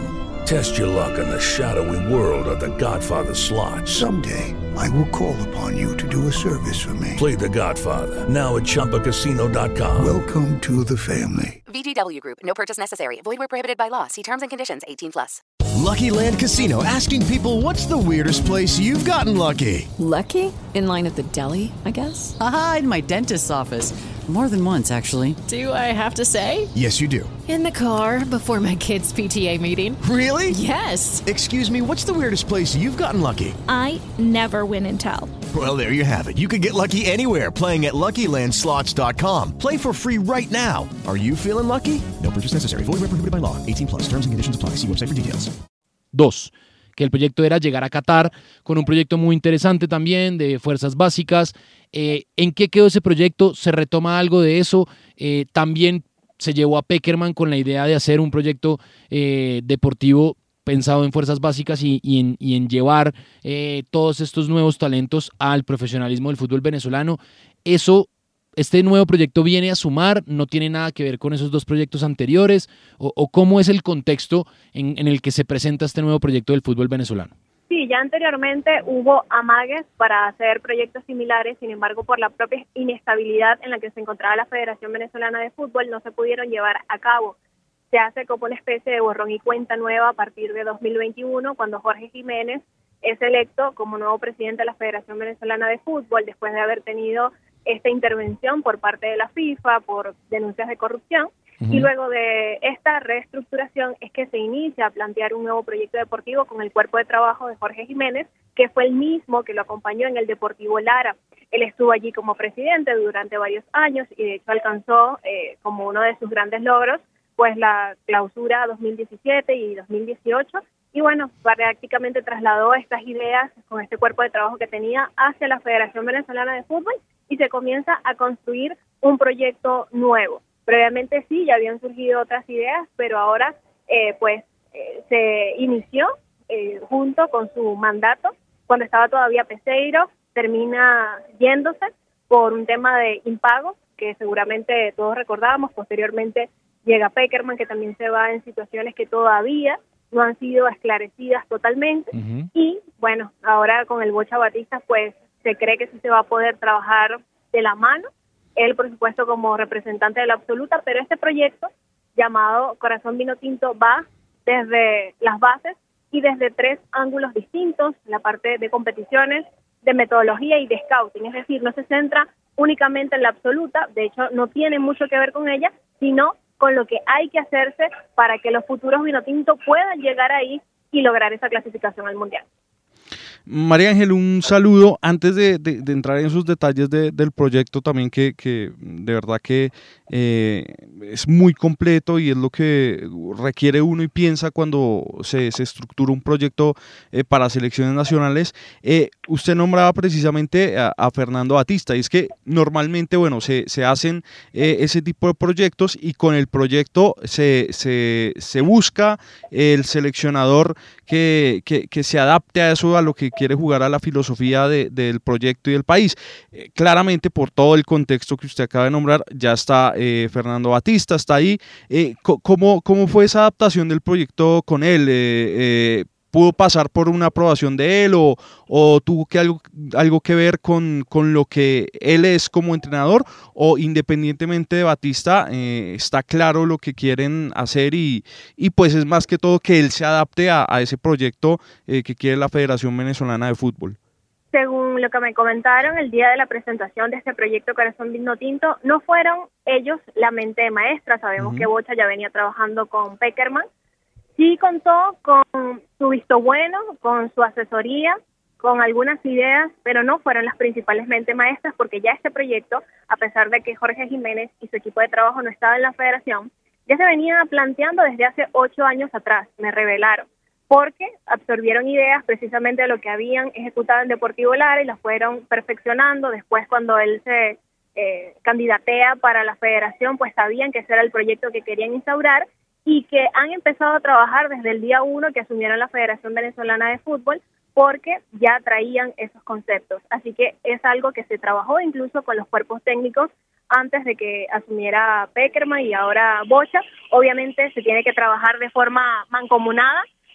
S9: Test your luck in the shadowy world of The Godfather slot.
S10: Someday, I will call upon you to do a service for me.
S9: Play The Godfather, now at Chumba Casino dot com.
S10: Welcome to the family.
S11: V G W Group. No purchase necessary. Void where prohibited by law. See terms and conditions. eighteen plus.
S12: Lucky Land Casino, asking people, what's the weirdest place you've gotten lucky?
S13: Lucky? In line at the deli, I guess?
S14: Aha, in my dentist's office. More than once, actually.
S13: Do I have to say?
S12: Yes, you do.
S13: In the car before my kids' P T A meeting.
S12: Really?
S13: Yes.
S12: Excuse me, what's the weirdest place you've gotten lucky?
S15: I never win and tell.
S12: Well, there you have it. You can get lucky anywhere, playing at Lucky Land Slots dot com. Play for free right now. Are you feeling lucky? No purchase necessary. Void where prohibited by law. eighteen plus. Terms and conditions apply. See website for details.
S4: Dos, que el proyecto era llegar a Qatar con un proyecto muy interesante también de fuerzas básicas. Eh, ¿En qué quedó ese proyecto? ¿Se retoma algo de eso? Eh, también se llevó a Pekerman con la idea de hacer un proyecto eh, deportivo pensado en fuerzas básicas y, y, en, y en llevar eh, todos estos nuevos talentos al profesionalismo del fútbol venezolano. Eso, este nuevo proyecto viene a sumar, no tiene nada que ver con esos dos proyectos anteriores, o, o cómo es el contexto en, en el que se presenta este nuevo proyecto del fútbol venezolano.
S8: Sí, ya anteriormente hubo amagues para hacer proyectos similares, sin embargo, por la propia inestabilidad en la que se encontraba la Federación Venezolana de Fútbol, no se pudieron llevar a cabo. Se hace como una especie de borrón y cuenta nueva a partir de dos mil veintiuno, cuando Jorge Jiménez es electo como nuevo presidente de la Federación Venezolana de Fútbol, después de haber tenido esta intervención por parte de la FIFA por denuncias de corrupción. Uh-huh. Y luego de esta reestructuración es que se inicia a plantear un nuevo proyecto deportivo con el cuerpo de trabajo de Jorge Jiménez, que fue el mismo que lo acompañó en el Deportivo Lara. Él estuvo allí como presidente durante varios años y de hecho alcanzó eh, como uno de sus grandes logros pues la clausura dos mil diecisiete y dos mil dieciocho, y bueno, prácticamente trasladó estas ideas con este cuerpo de trabajo que tenía hacia la Federación Venezolana de Fútbol y se comienza a construir un proyecto nuevo. Previamente sí, ya habían surgido otras ideas, pero ahora eh, pues eh, se inició eh, junto con su mandato, cuando estaba todavía Peseiro, termina yéndose por un tema de impago, que seguramente todos recordábamos. Posteriormente llega Pekerman, que también se va en situaciones que todavía no han sido esclarecidas totalmente. Uh-huh. Y bueno, ahora con el Bocha Batista pues se cree que sí se va a poder trabajar de la mano, él por supuesto como representante de la absoluta, pero este proyecto llamado Corazón Vinotinto va desde las bases y desde tres ángulos distintos, la parte de competiciones, de metodología y de scouting, es decir, no se centra únicamente en la absoluta, de hecho no tiene mucho que ver con ella, sino con lo que hay que hacerse para que los futuros Vinotinto puedan llegar ahí y lograr esa clasificación al Mundial.
S5: María Ángel, un saludo. Antes de, de, de entrar en esos detalles de, del proyecto también, que, que de verdad que eh, es muy completo y es lo que requiere uno y piensa cuando se, se estructura un proyecto eh, para selecciones nacionales. Eh, usted nombraba precisamente a, a Fernando Batista, y es que normalmente, bueno, se, se hacen eh, ese tipo de proyectos y con el proyecto se, se, se busca el seleccionador que, que, que se adapte a eso, a lo que quiere jugar, a la filosofía de, del proyecto y del país. Eh, claramente, por todo el contexto que usted acaba de nombrar, ya está eh, Fernando Batista, está ahí. Eh, ¿cómo, ¿Cómo fue esa adaptación del proyecto con él? Eh, eh, ¿Pudo pasar por una aprobación de él o, o tuvo que algo, algo que ver con, con lo que él es como entrenador? ¿O independientemente de Batista, eh, está claro lo que quieren hacer y, y pues es más que todo que él se adapte a, a ese proyecto eh, que quiere la Federación Venezolana de Fútbol?
S8: Según lo que me comentaron el día de la presentación de este proyecto Corazón Vinotinto, no fueron ellos la mente maestra. Sabemos uh-huh. que Bocha ya venía trabajando con Pekerman. Sí contó con su visto bueno, con su asesoría, con algunas ideas, pero no fueron las principales mentes maestras, porque ya este proyecto, a pesar de que Jorge Jiménez y su equipo de trabajo no estaban en la federación, ya se venía planteando desde hace ocho años atrás, me revelaron, porque absorbieron ideas precisamente de lo que habían ejecutado en Deportivo Lara y las fueron perfeccionando. Después, cuando él se eh, candidatea para la federación, pues sabían que ese era el proyecto que querían instaurar, y que han empezado a trabajar desde el día uno que asumieron la Federación Venezolana de Fútbol, porque ya traían esos conceptos. Así que es algo que se trabajó incluso con los cuerpos técnicos antes de que asumiera Pekerman y ahora Bocha. Obviamente se tiene que trabajar de forma mancomunada,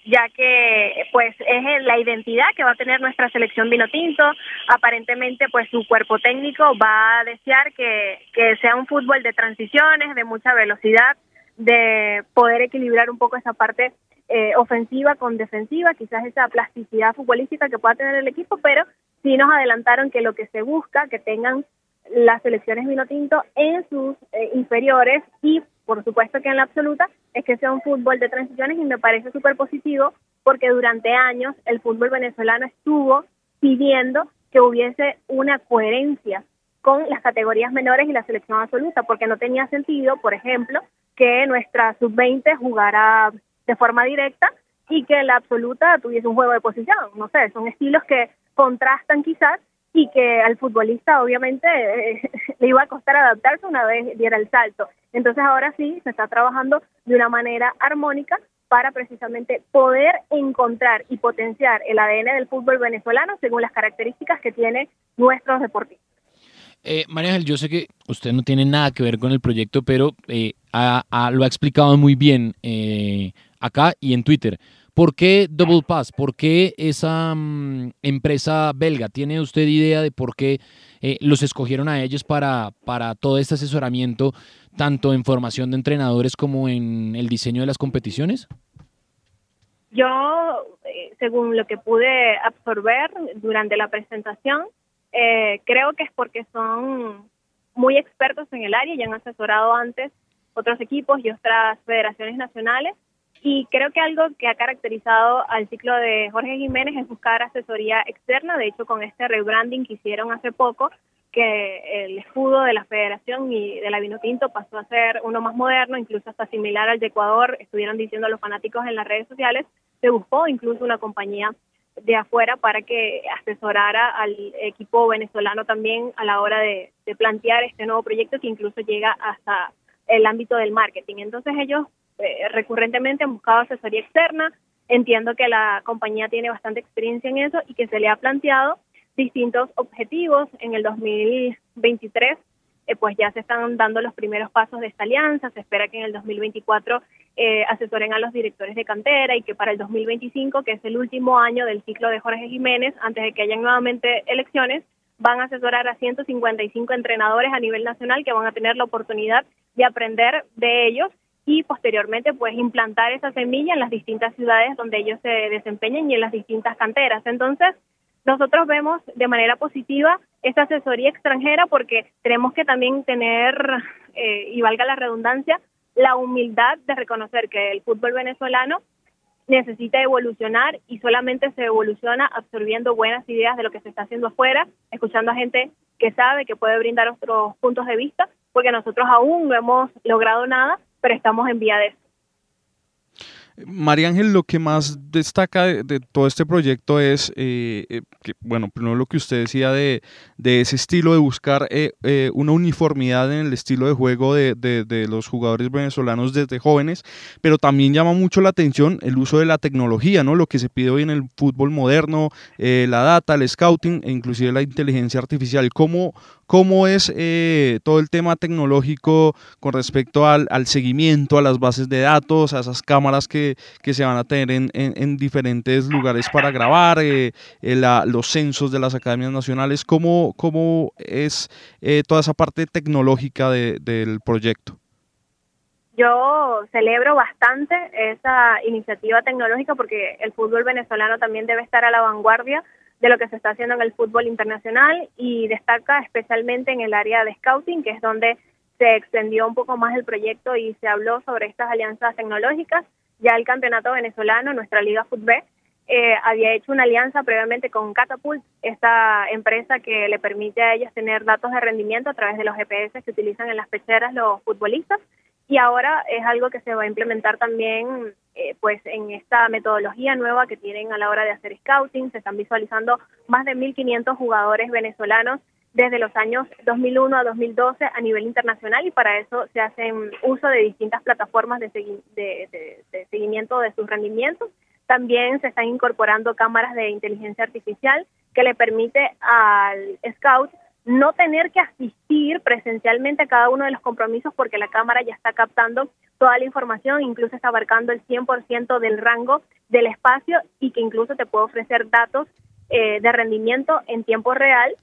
S8: ya que pues es la identidad que va a tener nuestra selección vinotinto. Aparentemente pues su cuerpo técnico va a desear que, que sea un fútbol de transiciones, de mucha velocidad, de poder equilibrar un poco esa parte eh, ofensiva con defensiva, quizás esa plasticidad futbolística que pueda tener el equipo, pero sí nos adelantaron que lo que se busca, que tengan las selecciones vinotinto en sus eh, inferiores y por supuesto que en la absoluta es que sea un fútbol de transiciones, y me parece súper positivo porque durante años el fútbol venezolano estuvo pidiendo que hubiese una coherencia con las categorías menores y la selección absoluta, porque no tenía sentido, por ejemplo, que nuestra sub veinte jugara de forma directa y que la absoluta tuviese un juego de posición. No sé, son estilos que contrastan quizás y que al futbolista obviamente eh, le iba a costar adaptarse una vez diera el salto. Entonces ahora sí se está trabajando de una manera armónica para precisamente poder encontrar y potenciar el A D N del fútbol venezolano según las características que tienen nuestros deportistas.
S4: Eh, María Ángel, yo sé que usted no tiene nada que ver con el proyecto, pero eh, a, a, lo ha explicado muy bien eh, acá y en Twitter. ¿Por qué Double Pass? ¿Por qué esa um, empresa belga? ¿Tiene usted idea de por qué eh, los escogieron a ellos para, para todo este asesoramiento, tanto en formación de entrenadores como en el diseño de las competiciones?
S8: Yo, eh, según lo que pude absorber durante la presentación, eh, creo que es porque son muy expertos en el área y han asesorado antes otros equipos y otras federaciones nacionales. Y creo que algo que ha caracterizado al ciclo de Jorge Jiménez es buscar asesoría externa. De hecho, con este rebranding que hicieron hace poco, que el escudo de la federación y de la Vinotinto pasó a ser uno más moderno, incluso hasta similar al de Ecuador, estuvieron diciendo los fanáticos en las redes sociales, se buscó incluso una compañía de afuera para que asesorara al equipo venezolano también a la hora de, de plantear este nuevo proyecto que incluso llega hasta el ámbito del marketing. Entonces ellos eh, recurrentemente han buscado asesoría externa. Entiendo que la compañía tiene bastante experiencia en eso y que se le ha planteado distintos objetivos. En el dos mil veintitrés eh, pues ya se están dando los primeros pasos de esta alianza. Se espera que en el dos mil veinticuatro eh, asesoren a los directores de cantera y que para el dos mil veinticinco, que es el último año del ciclo de Jorge Jiménez, antes de que hayan nuevamente elecciones, van a asesorar a ciento cincuenta y cinco entrenadores a nivel nacional que van a tener la oportunidad de aprender de ellos y posteriormente pues implantar esa semilla en las distintas ciudades donde ellos se desempeñan y en las distintas canteras. Entonces, nosotros vemos de manera positiva esta asesoría extranjera porque tenemos que también tener, eh, y valga la redundancia, la humildad de reconocer que el fútbol venezolano necesita evolucionar y solamente se evoluciona absorbiendo buenas ideas de lo que se está haciendo afuera, escuchando a gente que sabe, que puede brindar otros puntos de vista, porque nosotros aún no hemos logrado nada, pero estamos en vía de eso.
S5: María Ángel, lo que más destaca de, de todo este proyecto es, eh, eh, que, bueno, primero lo que usted decía de, de ese estilo de buscar eh, eh, una uniformidad en el estilo de juego de, de, de los jugadores venezolanos desde jóvenes, pero también llama mucho la atención el uso de la tecnología, ¿no? Lo que se pide hoy en el fútbol moderno, eh, la data, el scouting e inclusive la inteligencia artificial. ¿Cómo, cómo es eh, todo el tema tecnológico con respecto al, al seguimiento, a las bases de datos, a esas cámaras que que se van a tener en, en, en diferentes lugares para grabar, eh, eh, la, los censos de las academias nacionales? ¿Cómo, cómo es eh, toda esa parte tecnológica de, del proyecto?
S8: Yo celebro bastante esa iniciativa tecnológica porque el fútbol venezolano también debe estar a la vanguardia de lo que se está haciendo en el fútbol internacional y destaca especialmente en el área de scouting, que es donde se extendió un poco más el proyecto y se habló sobre estas alianzas tecnológicas. Ya el campeonato venezolano, nuestra Liga Fútbol, eh, había hecho una alianza previamente con Catapult, esta empresa que le permite a ellos tener datos de rendimiento a través de los G P S que utilizan en las pecheras los futbolistas, y ahora es algo que se va a implementar también eh, pues en esta metodología nueva que tienen a la hora de hacer scouting. Se están visualizando más de mil quinientos jugadores venezolanos desde los años dos mil uno a dos mil doce a nivel internacional, y para eso se hacen uso de distintas plataformas de, segui- de, de, de seguimiento de sus rendimientos. También se están incorporando cámaras de inteligencia artificial que le permite al scout no tener que asistir presencialmente a cada uno de los compromisos porque la cámara ya está captando toda la información, incluso está abarcando el cien por ciento del rango del espacio y que incluso te puede ofrecer datos eh, de rendimiento en tiempo real.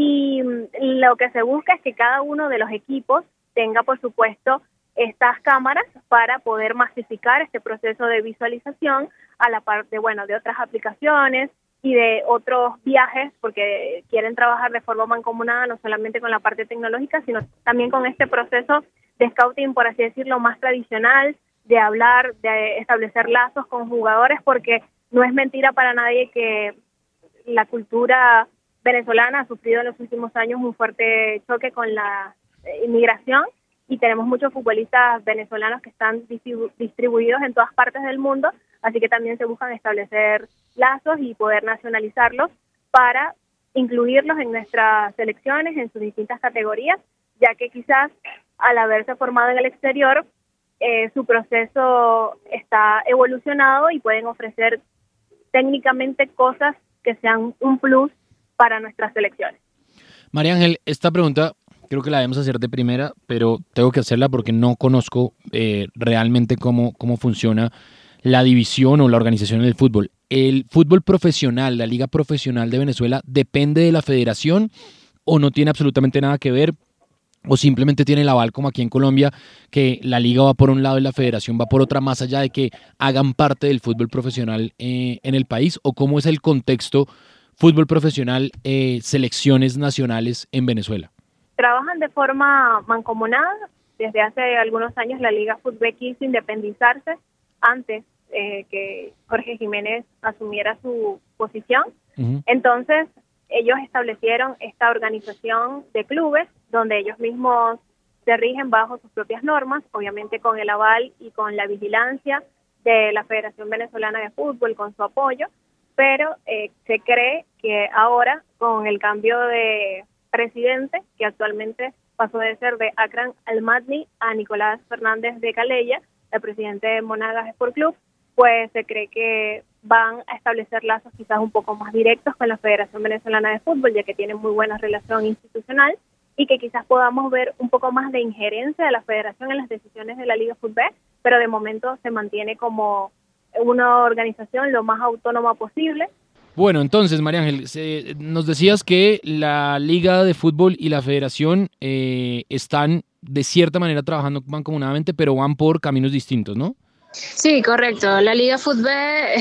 S8: Y lo que se busca es que cada uno de los equipos tenga, por supuesto, estas cámaras para poder masificar este proceso de visualización a la parte, bueno, de otras aplicaciones y de otros viajes, porque quieren trabajar de forma mancomunada no solamente con la parte tecnológica, sino también con este proceso de scouting, por así decirlo, más tradicional, de hablar, de establecer lazos con jugadores, porque no es mentira para nadie que la cultura venezolana ha sufrido en los últimos años un fuerte choque con la inmigración y tenemos muchos futbolistas venezolanos que están distribu- distribuidos en todas partes del mundo, así que también se buscan establecer lazos y poder nacionalizarlos para incluirlos en nuestras selecciones, en sus distintas categorías, ya que quizás al haberse formado en el exterior, eh, su proceso está evolucionado y pueden ofrecer técnicamente cosas que sean un plus para nuestras selecciones.
S4: María Ángel, esta pregunta creo que la debemos hacer de primera, pero tengo que hacerla porque no conozco eh, realmente cómo, cómo funciona la división o la organización del fútbol. ¿El fútbol profesional, la liga profesional de Venezuela, depende de la federación o no tiene absolutamente nada que ver? ¿O simplemente tiene el aval como aquí en Colombia, que la liga va por un lado y la federación va por otra, más allá de que hagan parte del fútbol profesional eh, en el país? ¿O cómo es el contexto fútbol profesional, eh, selecciones nacionales en Venezuela?
S8: Trabajan de forma mancomunada. Desde hace algunos años la Liga Fútbol quiso independizarse antes eh, que Jorge Jiménez asumiera su posición. Uh-huh. Entonces ellos establecieron esta organización de clubes donde ellos mismos se rigen bajo sus propias normas, obviamente con el aval y con la vigilancia de la Federación Venezolana de Fútbol, con su apoyo, pero eh, se cree que ahora, con el cambio de presidente, que actualmente pasó de ser de Akram Al-Madni a Nicolás Fernández de Calella, el presidente de Monagas Sport Club, pues se cree que van a establecer lazos quizás un poco más directos con la Federación Venezolana de Fútbol, ya que tienen muy buena relación institucional, y que quizás podamos ver un poco más de injerencia de la Federación en las decisiones de la Liga Fútbol, pero de momento se mantiene como una organización lo más autónoma posible.
S4: Bueno, entonces, María Ángel, se, nos decías que la Liga de Fútbol y la Federación eh, están de cierta manera trabajando mancomunadamente, pero van por caminos distintos, ¿no?
S16: Sí, correcto. La Liga Fútbol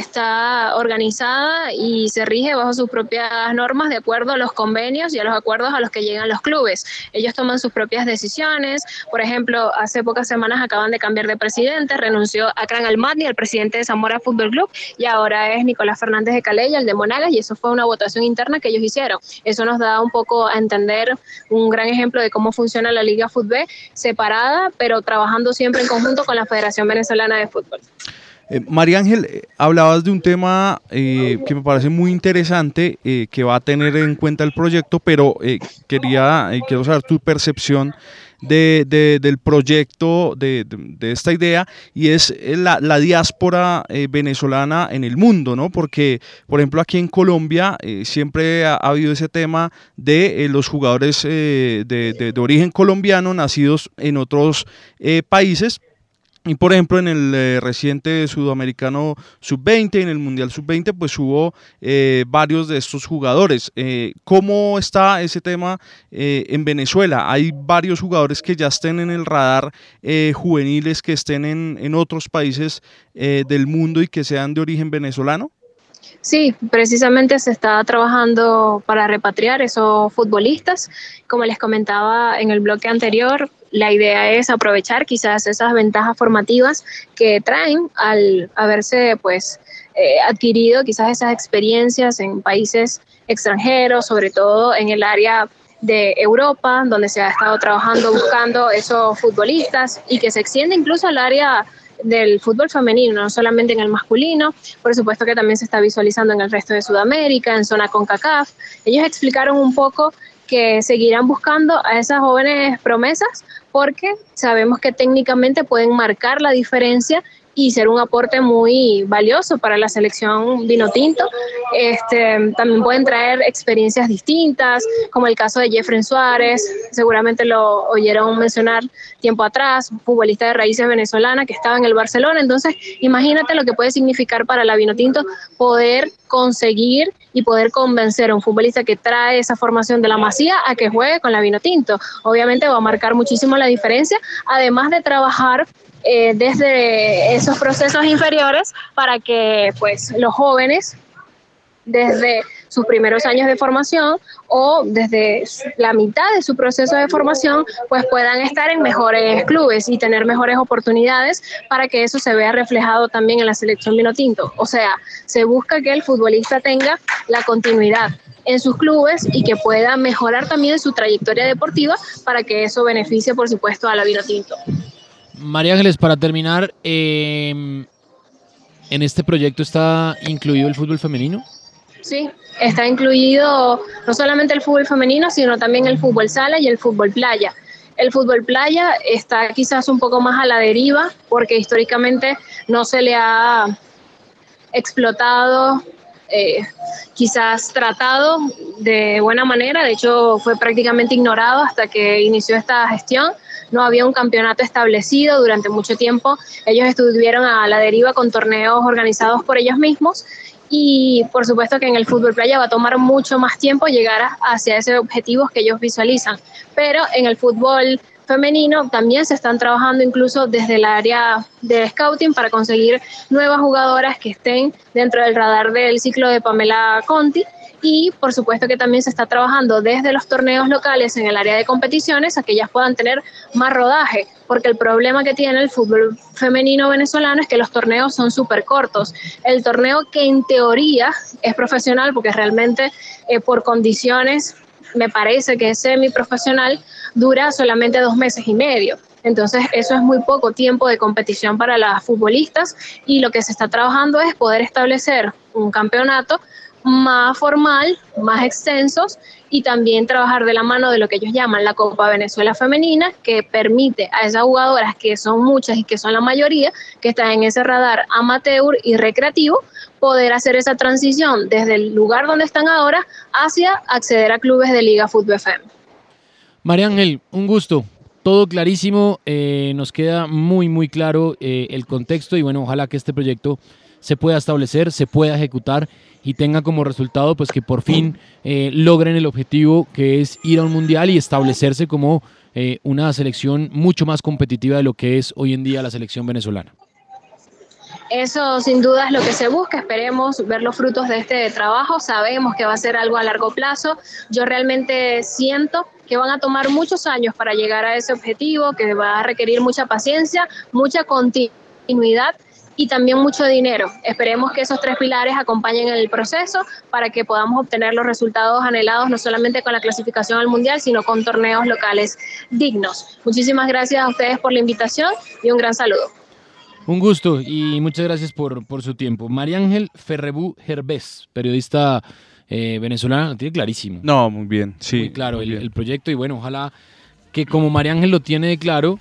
S16: está organizada y se rige bajo sus propias normas de acuerdo a los convenios y a los acuerdos a los que llegan los clubes. Ellos toman sus propias decisiones. Por ejemplo, hace pocas semanas acaban de cambiar de presidente, renunció Akram Al-Madni, el presidente de Zamora Fútbol Club, y ahora es Nicolás Fernández de Calella, el de Monagas, y eso fue una votación interna que ellos hicieron. Eso nos da un poco a entender un gran ejemplo de cómo funciona la Liga Fútbol, separada, pero trabajando siempre en conjunto con la Federación Venezolana de Fútbol.
S5: Eh, María Ángel, eh, hablabas de un tema eh, que me parece muy interesante, eh, que va a tener en cuenta el proyecto, pero eh, quería eh, quiero saber tu percepción de, de, del proyecto, de, de, de esta idea, y es la, la diáspora eh, venezolana en el mundo, ¿no? Porque, por ejemplo, aquí en Colombia eh, siempre ha, ha habido ese tema de eh, los jugadores eh, de, de, de origen colombiano nacidos en otros eh, países. Y por ejemplo en el eh, reciente sudamericano sub veinte, en el mundial sub veinte, pues hubo eh, varios de estos jugadores. Eh, ¿Cómo está ese tema eh, en Venezuela? ¿Hay varios jugadores que ya estén en el radar eh, juveniles, que estén en, en otros países eh, del mundo y que sean de origen venezolano?
S16: Sí, precisamente se está trabajando para repatriar esos futbolistas. Como les comentaba en el bloque anterior, la idea es aprovechar quizás esas ventajas formativas que traen al haberse pues eh, adquirido quizás esas experiencias en países extranjeros, sobre todo en el área de Europa, donde se ha estado trabajando buscando esos futbolistas y que se extiende incluso al área del fútbol femenino, no solamente en el masculino. Por supuesto que también se está visualizando en el resto de Sudamérica, en zona CONCACAF. Ellos explicaron un poco que seguirán buscando a esas jóvenes promesas porque sabemos que técnicamente pueden marcar la diferencia y ser un aporte muy valioso para la selección vinotinto. Este, también pueden traer experiencias distintas, como el caso de Jeffrey Suárez, seguramente lo oyeron mencionar tiempo atrás, un futbolista de raíces venezolanas que estaba en el Barcelona. Entonces, imagínate lo que puede significar para la vinotinto poder conseguir y poder convencer a un futbolista que trae esa formación de la Masía a que juegue con la vinotinto. Obviamente va a marcar muchísimo la diferencia, además de trabajar eh, desde esos procesos inferiores para que pues los jóvenes desde sus primeros años de formación o desde la mitad de su proceso de formación, pues puedan estar en mejores clubes y tener mejores oportunidades para que eso se vea reflejado también en la selección vinotinto. O sea, se busca que el futbolista tenga la continuidad en sus clubes y que pueda mejorar también su trayectoria deportiva para que eso beneficie, por supuesto, a la vinotinto.
S4: María Ángeles, para terminar, eh, ¿en este proyecto está incluido el fútbol femenino?
S16: Sí, está incluido no solamente el fútbol femenino, sino también el fútbol sala y el fútbol playa. El fútbol playa está quizás un poco más a la deriva porque históricamente no se le ha explotado, eh, quizás tratado de buena manera. De hecho, fue prácticamente ignorado hasta que inició esta gestión. No había un campeonato establecido durante mucho tiempo. Ellos estuvieron a la deriva con torneos organizados por ellos mismos. Y por supuesto que en el fútbol playa va a tomar mucho más tiempo llegar a, hacia esos objetivos que ellos visualizan. Pero en el fútbol femenino también se están trabajando incluso desde el área de scouting para conseguir nuevas jugadoras que estén dentro del radar del ciclo de Pamela Conti. Y por supuesto que también se está trabajando desde los torneos locales en el área de competiciones a que ellas puedan tener más rodaje, porque el problema que tiene el fútbol femenino venezolano es que los torneos son súper cortos. El torneo que en teoría es profesional, porque realmente eh, por condiciones me parece que es semiprofesional, dura solamente dos meses y medio. Entonces eso es muy poco tiempo de competición para las futbolistas y lo que se está trabajando es poder establecer un campeonato más formal, más extensos y también trabajar de la mano de lo que ellos llaman la Copa Venezuela Femenina, que permite a esas jugadoras, que son muchas y que son la mayoría, que están en ese radar amateur y recreativo, poder hacer esa transición desde el lugar donde están ahora hacia acceder a clubes de Liga Fútbol F M.
S4: María Ángel, un gusto. Todo clarísimo, eh, nos queda muy muy claro eh, el contexto y bueno, ojalá que este proyecto se pueda establecer, se pueda ejecutar y tenga como resultado pues que por fin eh, logren el objetivo que es ir a un mundial y establecerse como eh, una selección mucho más competitiva de lo que es hoy en día la selección venezolana.
S16: Eso sin duda es lo que se busca, esperemos ver los frutos de este trabajo, sabemos que va a ser algo a largo plazo, yo realmente siento que van a tomar muchos años para llegar a ese objetivo, que va a requerir mucha paciencia, mucha continuidad y también mucho dinero. Esperemos que esos tres pilares acompañen el proceso para que podamos obtener los resultados anhelados, no solamente con la clasificación al Mundial, sino con torneos locales dignos. Muchísimas gracias a ustedes por la invitación y un gran saludo.
S4: Un gusto y muchas gracias por, por su tiempo. María Ángel Ferrebú Gervés, periodista eh, venezolana, lo tiene clarísimo.
S5: No, muy bien, sí.
S4: Muy claro
S5: muy
S4: el,
S5: bien.
S4: el proyecto y bueno, ojalá que como María Ángel lo tiene de claro,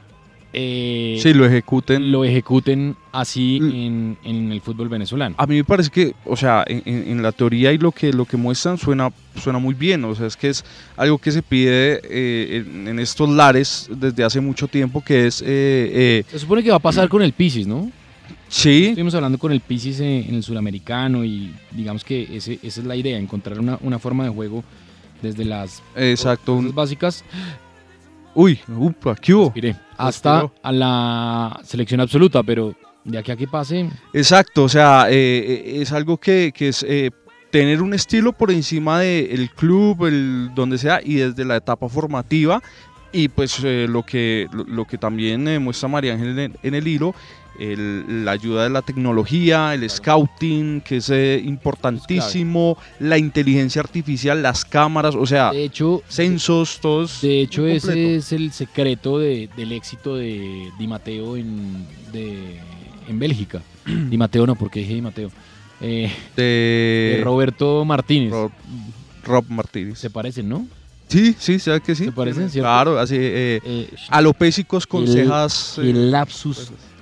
S4: Eh,
S5: sí, lo ejecuten.
S4: Lo ejecuten así en, en el fútbol venezolano.
S5: A mí me parece que, o sea, en, en la teoría y lo que, lo que muestran suena, suena muy bien. O sea, es que es algo que se pide eh, en, en estos lares desde hace mucho tiempo, que es... Eh, eh,
S4: se supone que va a pasar con el Pisis, ¿no?
S5: Sí.
S4: Estuvimos hablando con el Pisis en, en el suramericano y digamos que ese, esa es la idea, encontrar una, una forma de juego desde las
S5: Exacto.
S4: cosas básicas.
S5: Uy, upa, ¿qué hubo?
S4: Respiré. Hasta a la selección absoluta, pero de aquí a que pase...
S5: Exacto, o sea, eh, es algo que, que es eh, tener un estilo por encima del club, el donde sea, y desde la etapa formativa, y pues eh, lo, que, lo, lo que también eh, muestra María Ángel en, en el hilo, el, la ayuda de la tecnología, el claro. scouting, que es eh, importantísimo, es la inteligencia artificial, las cámaras, o sea,
S4: de hecho,
S5: censos, todos.
S4: De hecho, ese es el secreto de, del éxito de Di Matteo en, de, en Bélgica. Di Matteo no, porque dije Di Matteo. Eh,
S5: de,
S4: de Roberto Martínez.
S5: Rob, Rob Martínez.
S4: Se parecen, ¿no?
S5: Sí, sí, ¿sabes que sí?
S4: Se parecen, ¿cierto?
S5: Claro, así, eh, eh, alopésicos con
S4: el,
S5: cejas.
S4: El lapsus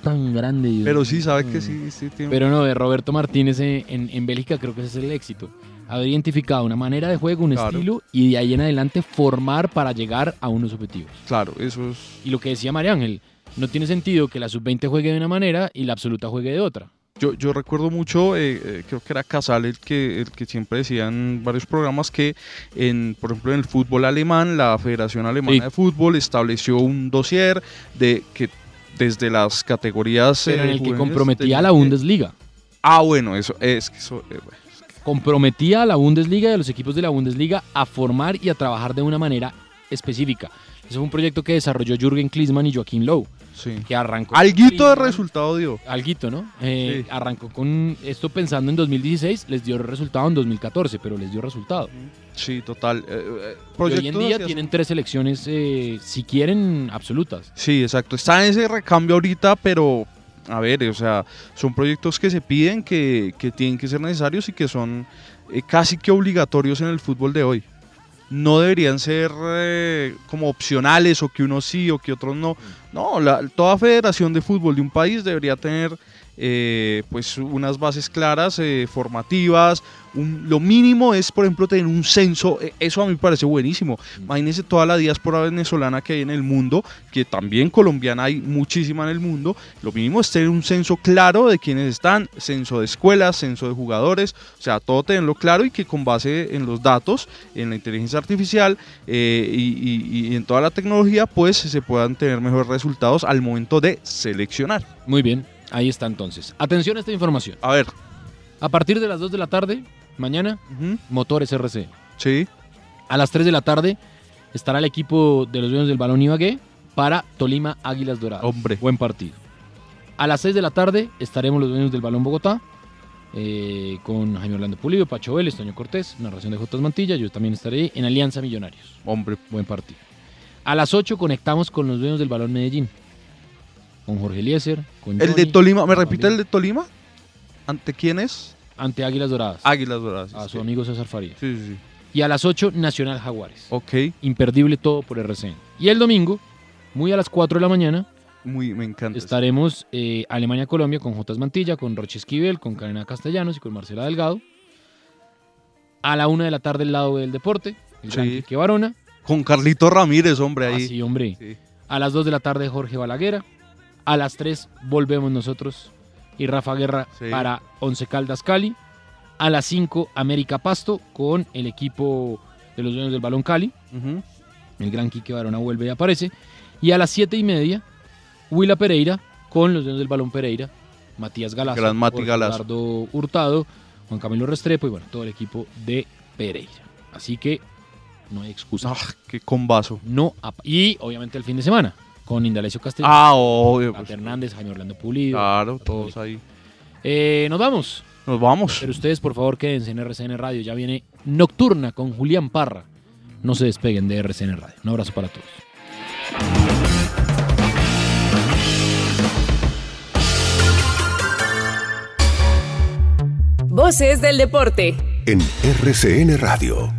S4: tan grande. Dios
S5: Pero
S4: mío.
S5: sí, sabe que sí, sí tiene...
S4: Pero no, de Roberto Martínez en, en, en Bélgica creo que ese es el éxito. Haber identificado una manera de juego, un
S5: Claro.
S4: estilo y de ahí en adelante formar para llegar a unos objetivos.
S5: Claro, eso es...
S4: Y lo que decía María Ángel, no tiene sentido que la sub veinte juegue de una manera y la absoluta juegue de otra.
S5: Yo, yo recuerdo mucho, eh, eh, creo que era Casal el que, el que siempre decía en varios programas que, en, por ejemplo, en el fútbol alemán, la Federación Alemana
S4: Sí.
S5: de Fútbol estableció un dossier de que desde las categorías...
S4: Pero en
S5: eh,
S4: el que
S5: juveniles
S4: comprometía a la
S5: tenían que-
S4: Bundesliga.
S5: Ah, bueno, eso es que eso... eh, bueno,
S4: Comprometía a la Bundesliga y a los equipos de la Bundesliga a formar y a trabajar de una manera específica. Eso fue un proyecto que desarrolló Jürgen Klinsmann y Joachim Löw.
S5: Sí.
S4: Que arrancó.
S5: Alguito de resultado dio.
S4: Alguito, ¿no? Eh,
S5: Sí.
S4: Arrancó con esto pensando en dos mil dieciséis, les dio resultado en dos mil catorce, pero les dio resultado.
S5: Sí, total. Eh, eh,
S4: Y hoy en
S5: proyectos
S4: día
S5: así-
S4: tienen tres selecciones, eh, si quieren, absolutas.
S5: Sí, exacto. Está en ese recambio ahorita, pero a ver, o sea, son proyectos que se piden, que, que tienen que ser necesarios y que son eh, casi que obligatorios en el fútbol de hoy. No deberían ser eh, como opcionales o que unos sí o que otros no. No, la- toda federación de fútbol de un país debería tener eh, pues unas bases claras, eh, formativas. Un- lo mínimo es, por ejemplo, tener un censo. eh, Eso a mí me parece buenísimo. Imagínense toda la diáspora venezolana que hay en el mundo, que también colombiana hay muchísima en el mundo. Lo mínimo es tener un censo claro de quiénes están, censo de escuelas, censo de jugadores, o sea, todo tenerlo claro y que con base en los datos, en la inteligencia artificial eh, y, y- y en toda la tecnología, pues se puedan tener mejores resultados al momento de seleccionar.
S4: Muy bien, ahí está entonces. Atención a esta información.
S5: A ver.
S4: A partir de las dos de la tarde, mañana, Motores R C.
S5: Sí.
S4: A las tres de la tarde estará el equipo de los dueños del balón Ibagué para Tolima Águilas Doradas.
S5: Hombre.
S4: Buen partido. A las seis de la tarde estaremos los dueños del balón Bogotá eh, con Jaime Orlando Pulido, Pacho Vélez, Toño Cortés, narración de Jotas Mantilla. Yo también estaré en Alianza Millonarios.
S5: Hombre.
S4: Buen partido. A las ocho conectamos con los dueños del balón Medellín. Con Jorge Eliezer, con
S5: El de
S4: Johnny,
S5: Tolima, ¿me
S4: con
S5: repite
S4: Juan
S5: el de Tolima? ¿Ante quién es?
S4: Ante Águilas Doradas.
S5: Águilas Doradas.
S4: A
S5: sí.
S4: su amigo César Faría.
S5: Sí, sí, sí.
S4: Y a las ocho, Nacional Jaguares.
S5: Ok.
S4: Imperdible todo por R C N. Y el domingo, muy a las cuatro de la mañana,
S5: Muy, me encanta.
S4: estaremos eh, Alemania-Colombia con Jotas Mantilla, con Roche Esquivel, con Karina Castellanos y con Marcela Delgado. A la una de la tarde, el lado del deporte, el
S5: Sí.
S4: gran Quique Barona.
S5: Con Carlito Ramírez, hombre, ahí.
S4: Ah, sí, hombre.
S5: Sí.
S4: A las dos de la tarde, Jorge Balaguer. A las tres, volvemos nosotros y Rafa Guerra
S5: Sí.
S4: para Once Caldas Cali. A las cinco, América Pasto con el equipo de los dueños del balón Cali.
S5: Ujú.
S4: El gran Quique Barona vuelve y aparece. Y a las siete y media, Huila Pereira con los dueños del balón Pereira. Matías Galazo,
S5: Gran Mati
S4: Jorge
S5: Galazo.
S4: Eduardo Hurtado, Juan Camilo Restrepo y bueno, todo el equipo de Pereira. Así que no hay excusa.
S5: Ah, qué combazo.
S4: No, ap- y obviamente el fin de semana con Indalecio Castellano,
S5: Ah, obvio.
S4: Tata
S5: pues,
S4: Hernández, Jaime Orlando Pulido.
S5: claro, todos ahí.
S4: Eh, nos vamos.
S5: Nos vamos.
S4: Pero ustedes, por favor, quédense en R C N Radio. Ya viene Nocturna con Julián Parra. No se despeguen de R C N Radio. Un abrazo para todos.
S7: Voces del deporte.
S3: En R C N Radio.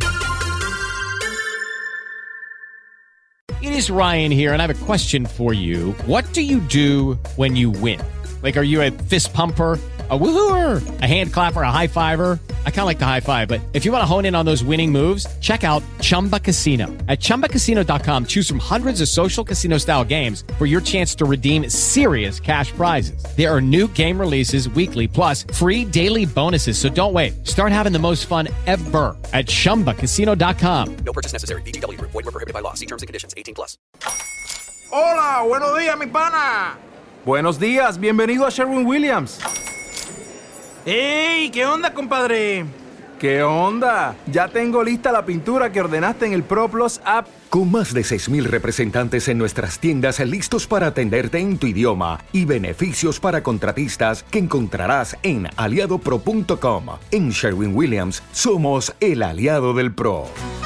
S17: It is Ryan here, and I have a question for you. What do you do when you win? Like, are you a fist pumper, a woohooer, a hand clapper, a high fiver? I kind of like the high five, but if you want to hone in on those winning moves, check out Chumba Casino. At chumba casino dot com, choose from hundreds of social casino style games for your chance to redeem serious cash prizes. There are new game releases weekly, plus free daily bonuses. So don't wait. Start having the most fun ever at chumba casino dot com.
S18: No purchase necessary. V G W Group. Void where prohibited by law. See terms and conditions. eighteen plus.
S19: Hola, buenos días, mi pana.
S20: Buenos días, bienvenido a Sherwin-Williams.
S19: ¡Ey! ¿Qué onda, compadre?
S20: ¿Qué onda? Ya tengo lista la pintura que ordenaste en el ProPlus app.
S3: Con más de seis mil representantes en nuestras tiendas listos para atenderte en tu idioma y beneficios para contratistas que encontrarás en aliado pro punto com. En Sherwin-Williams somos el aliado del pro.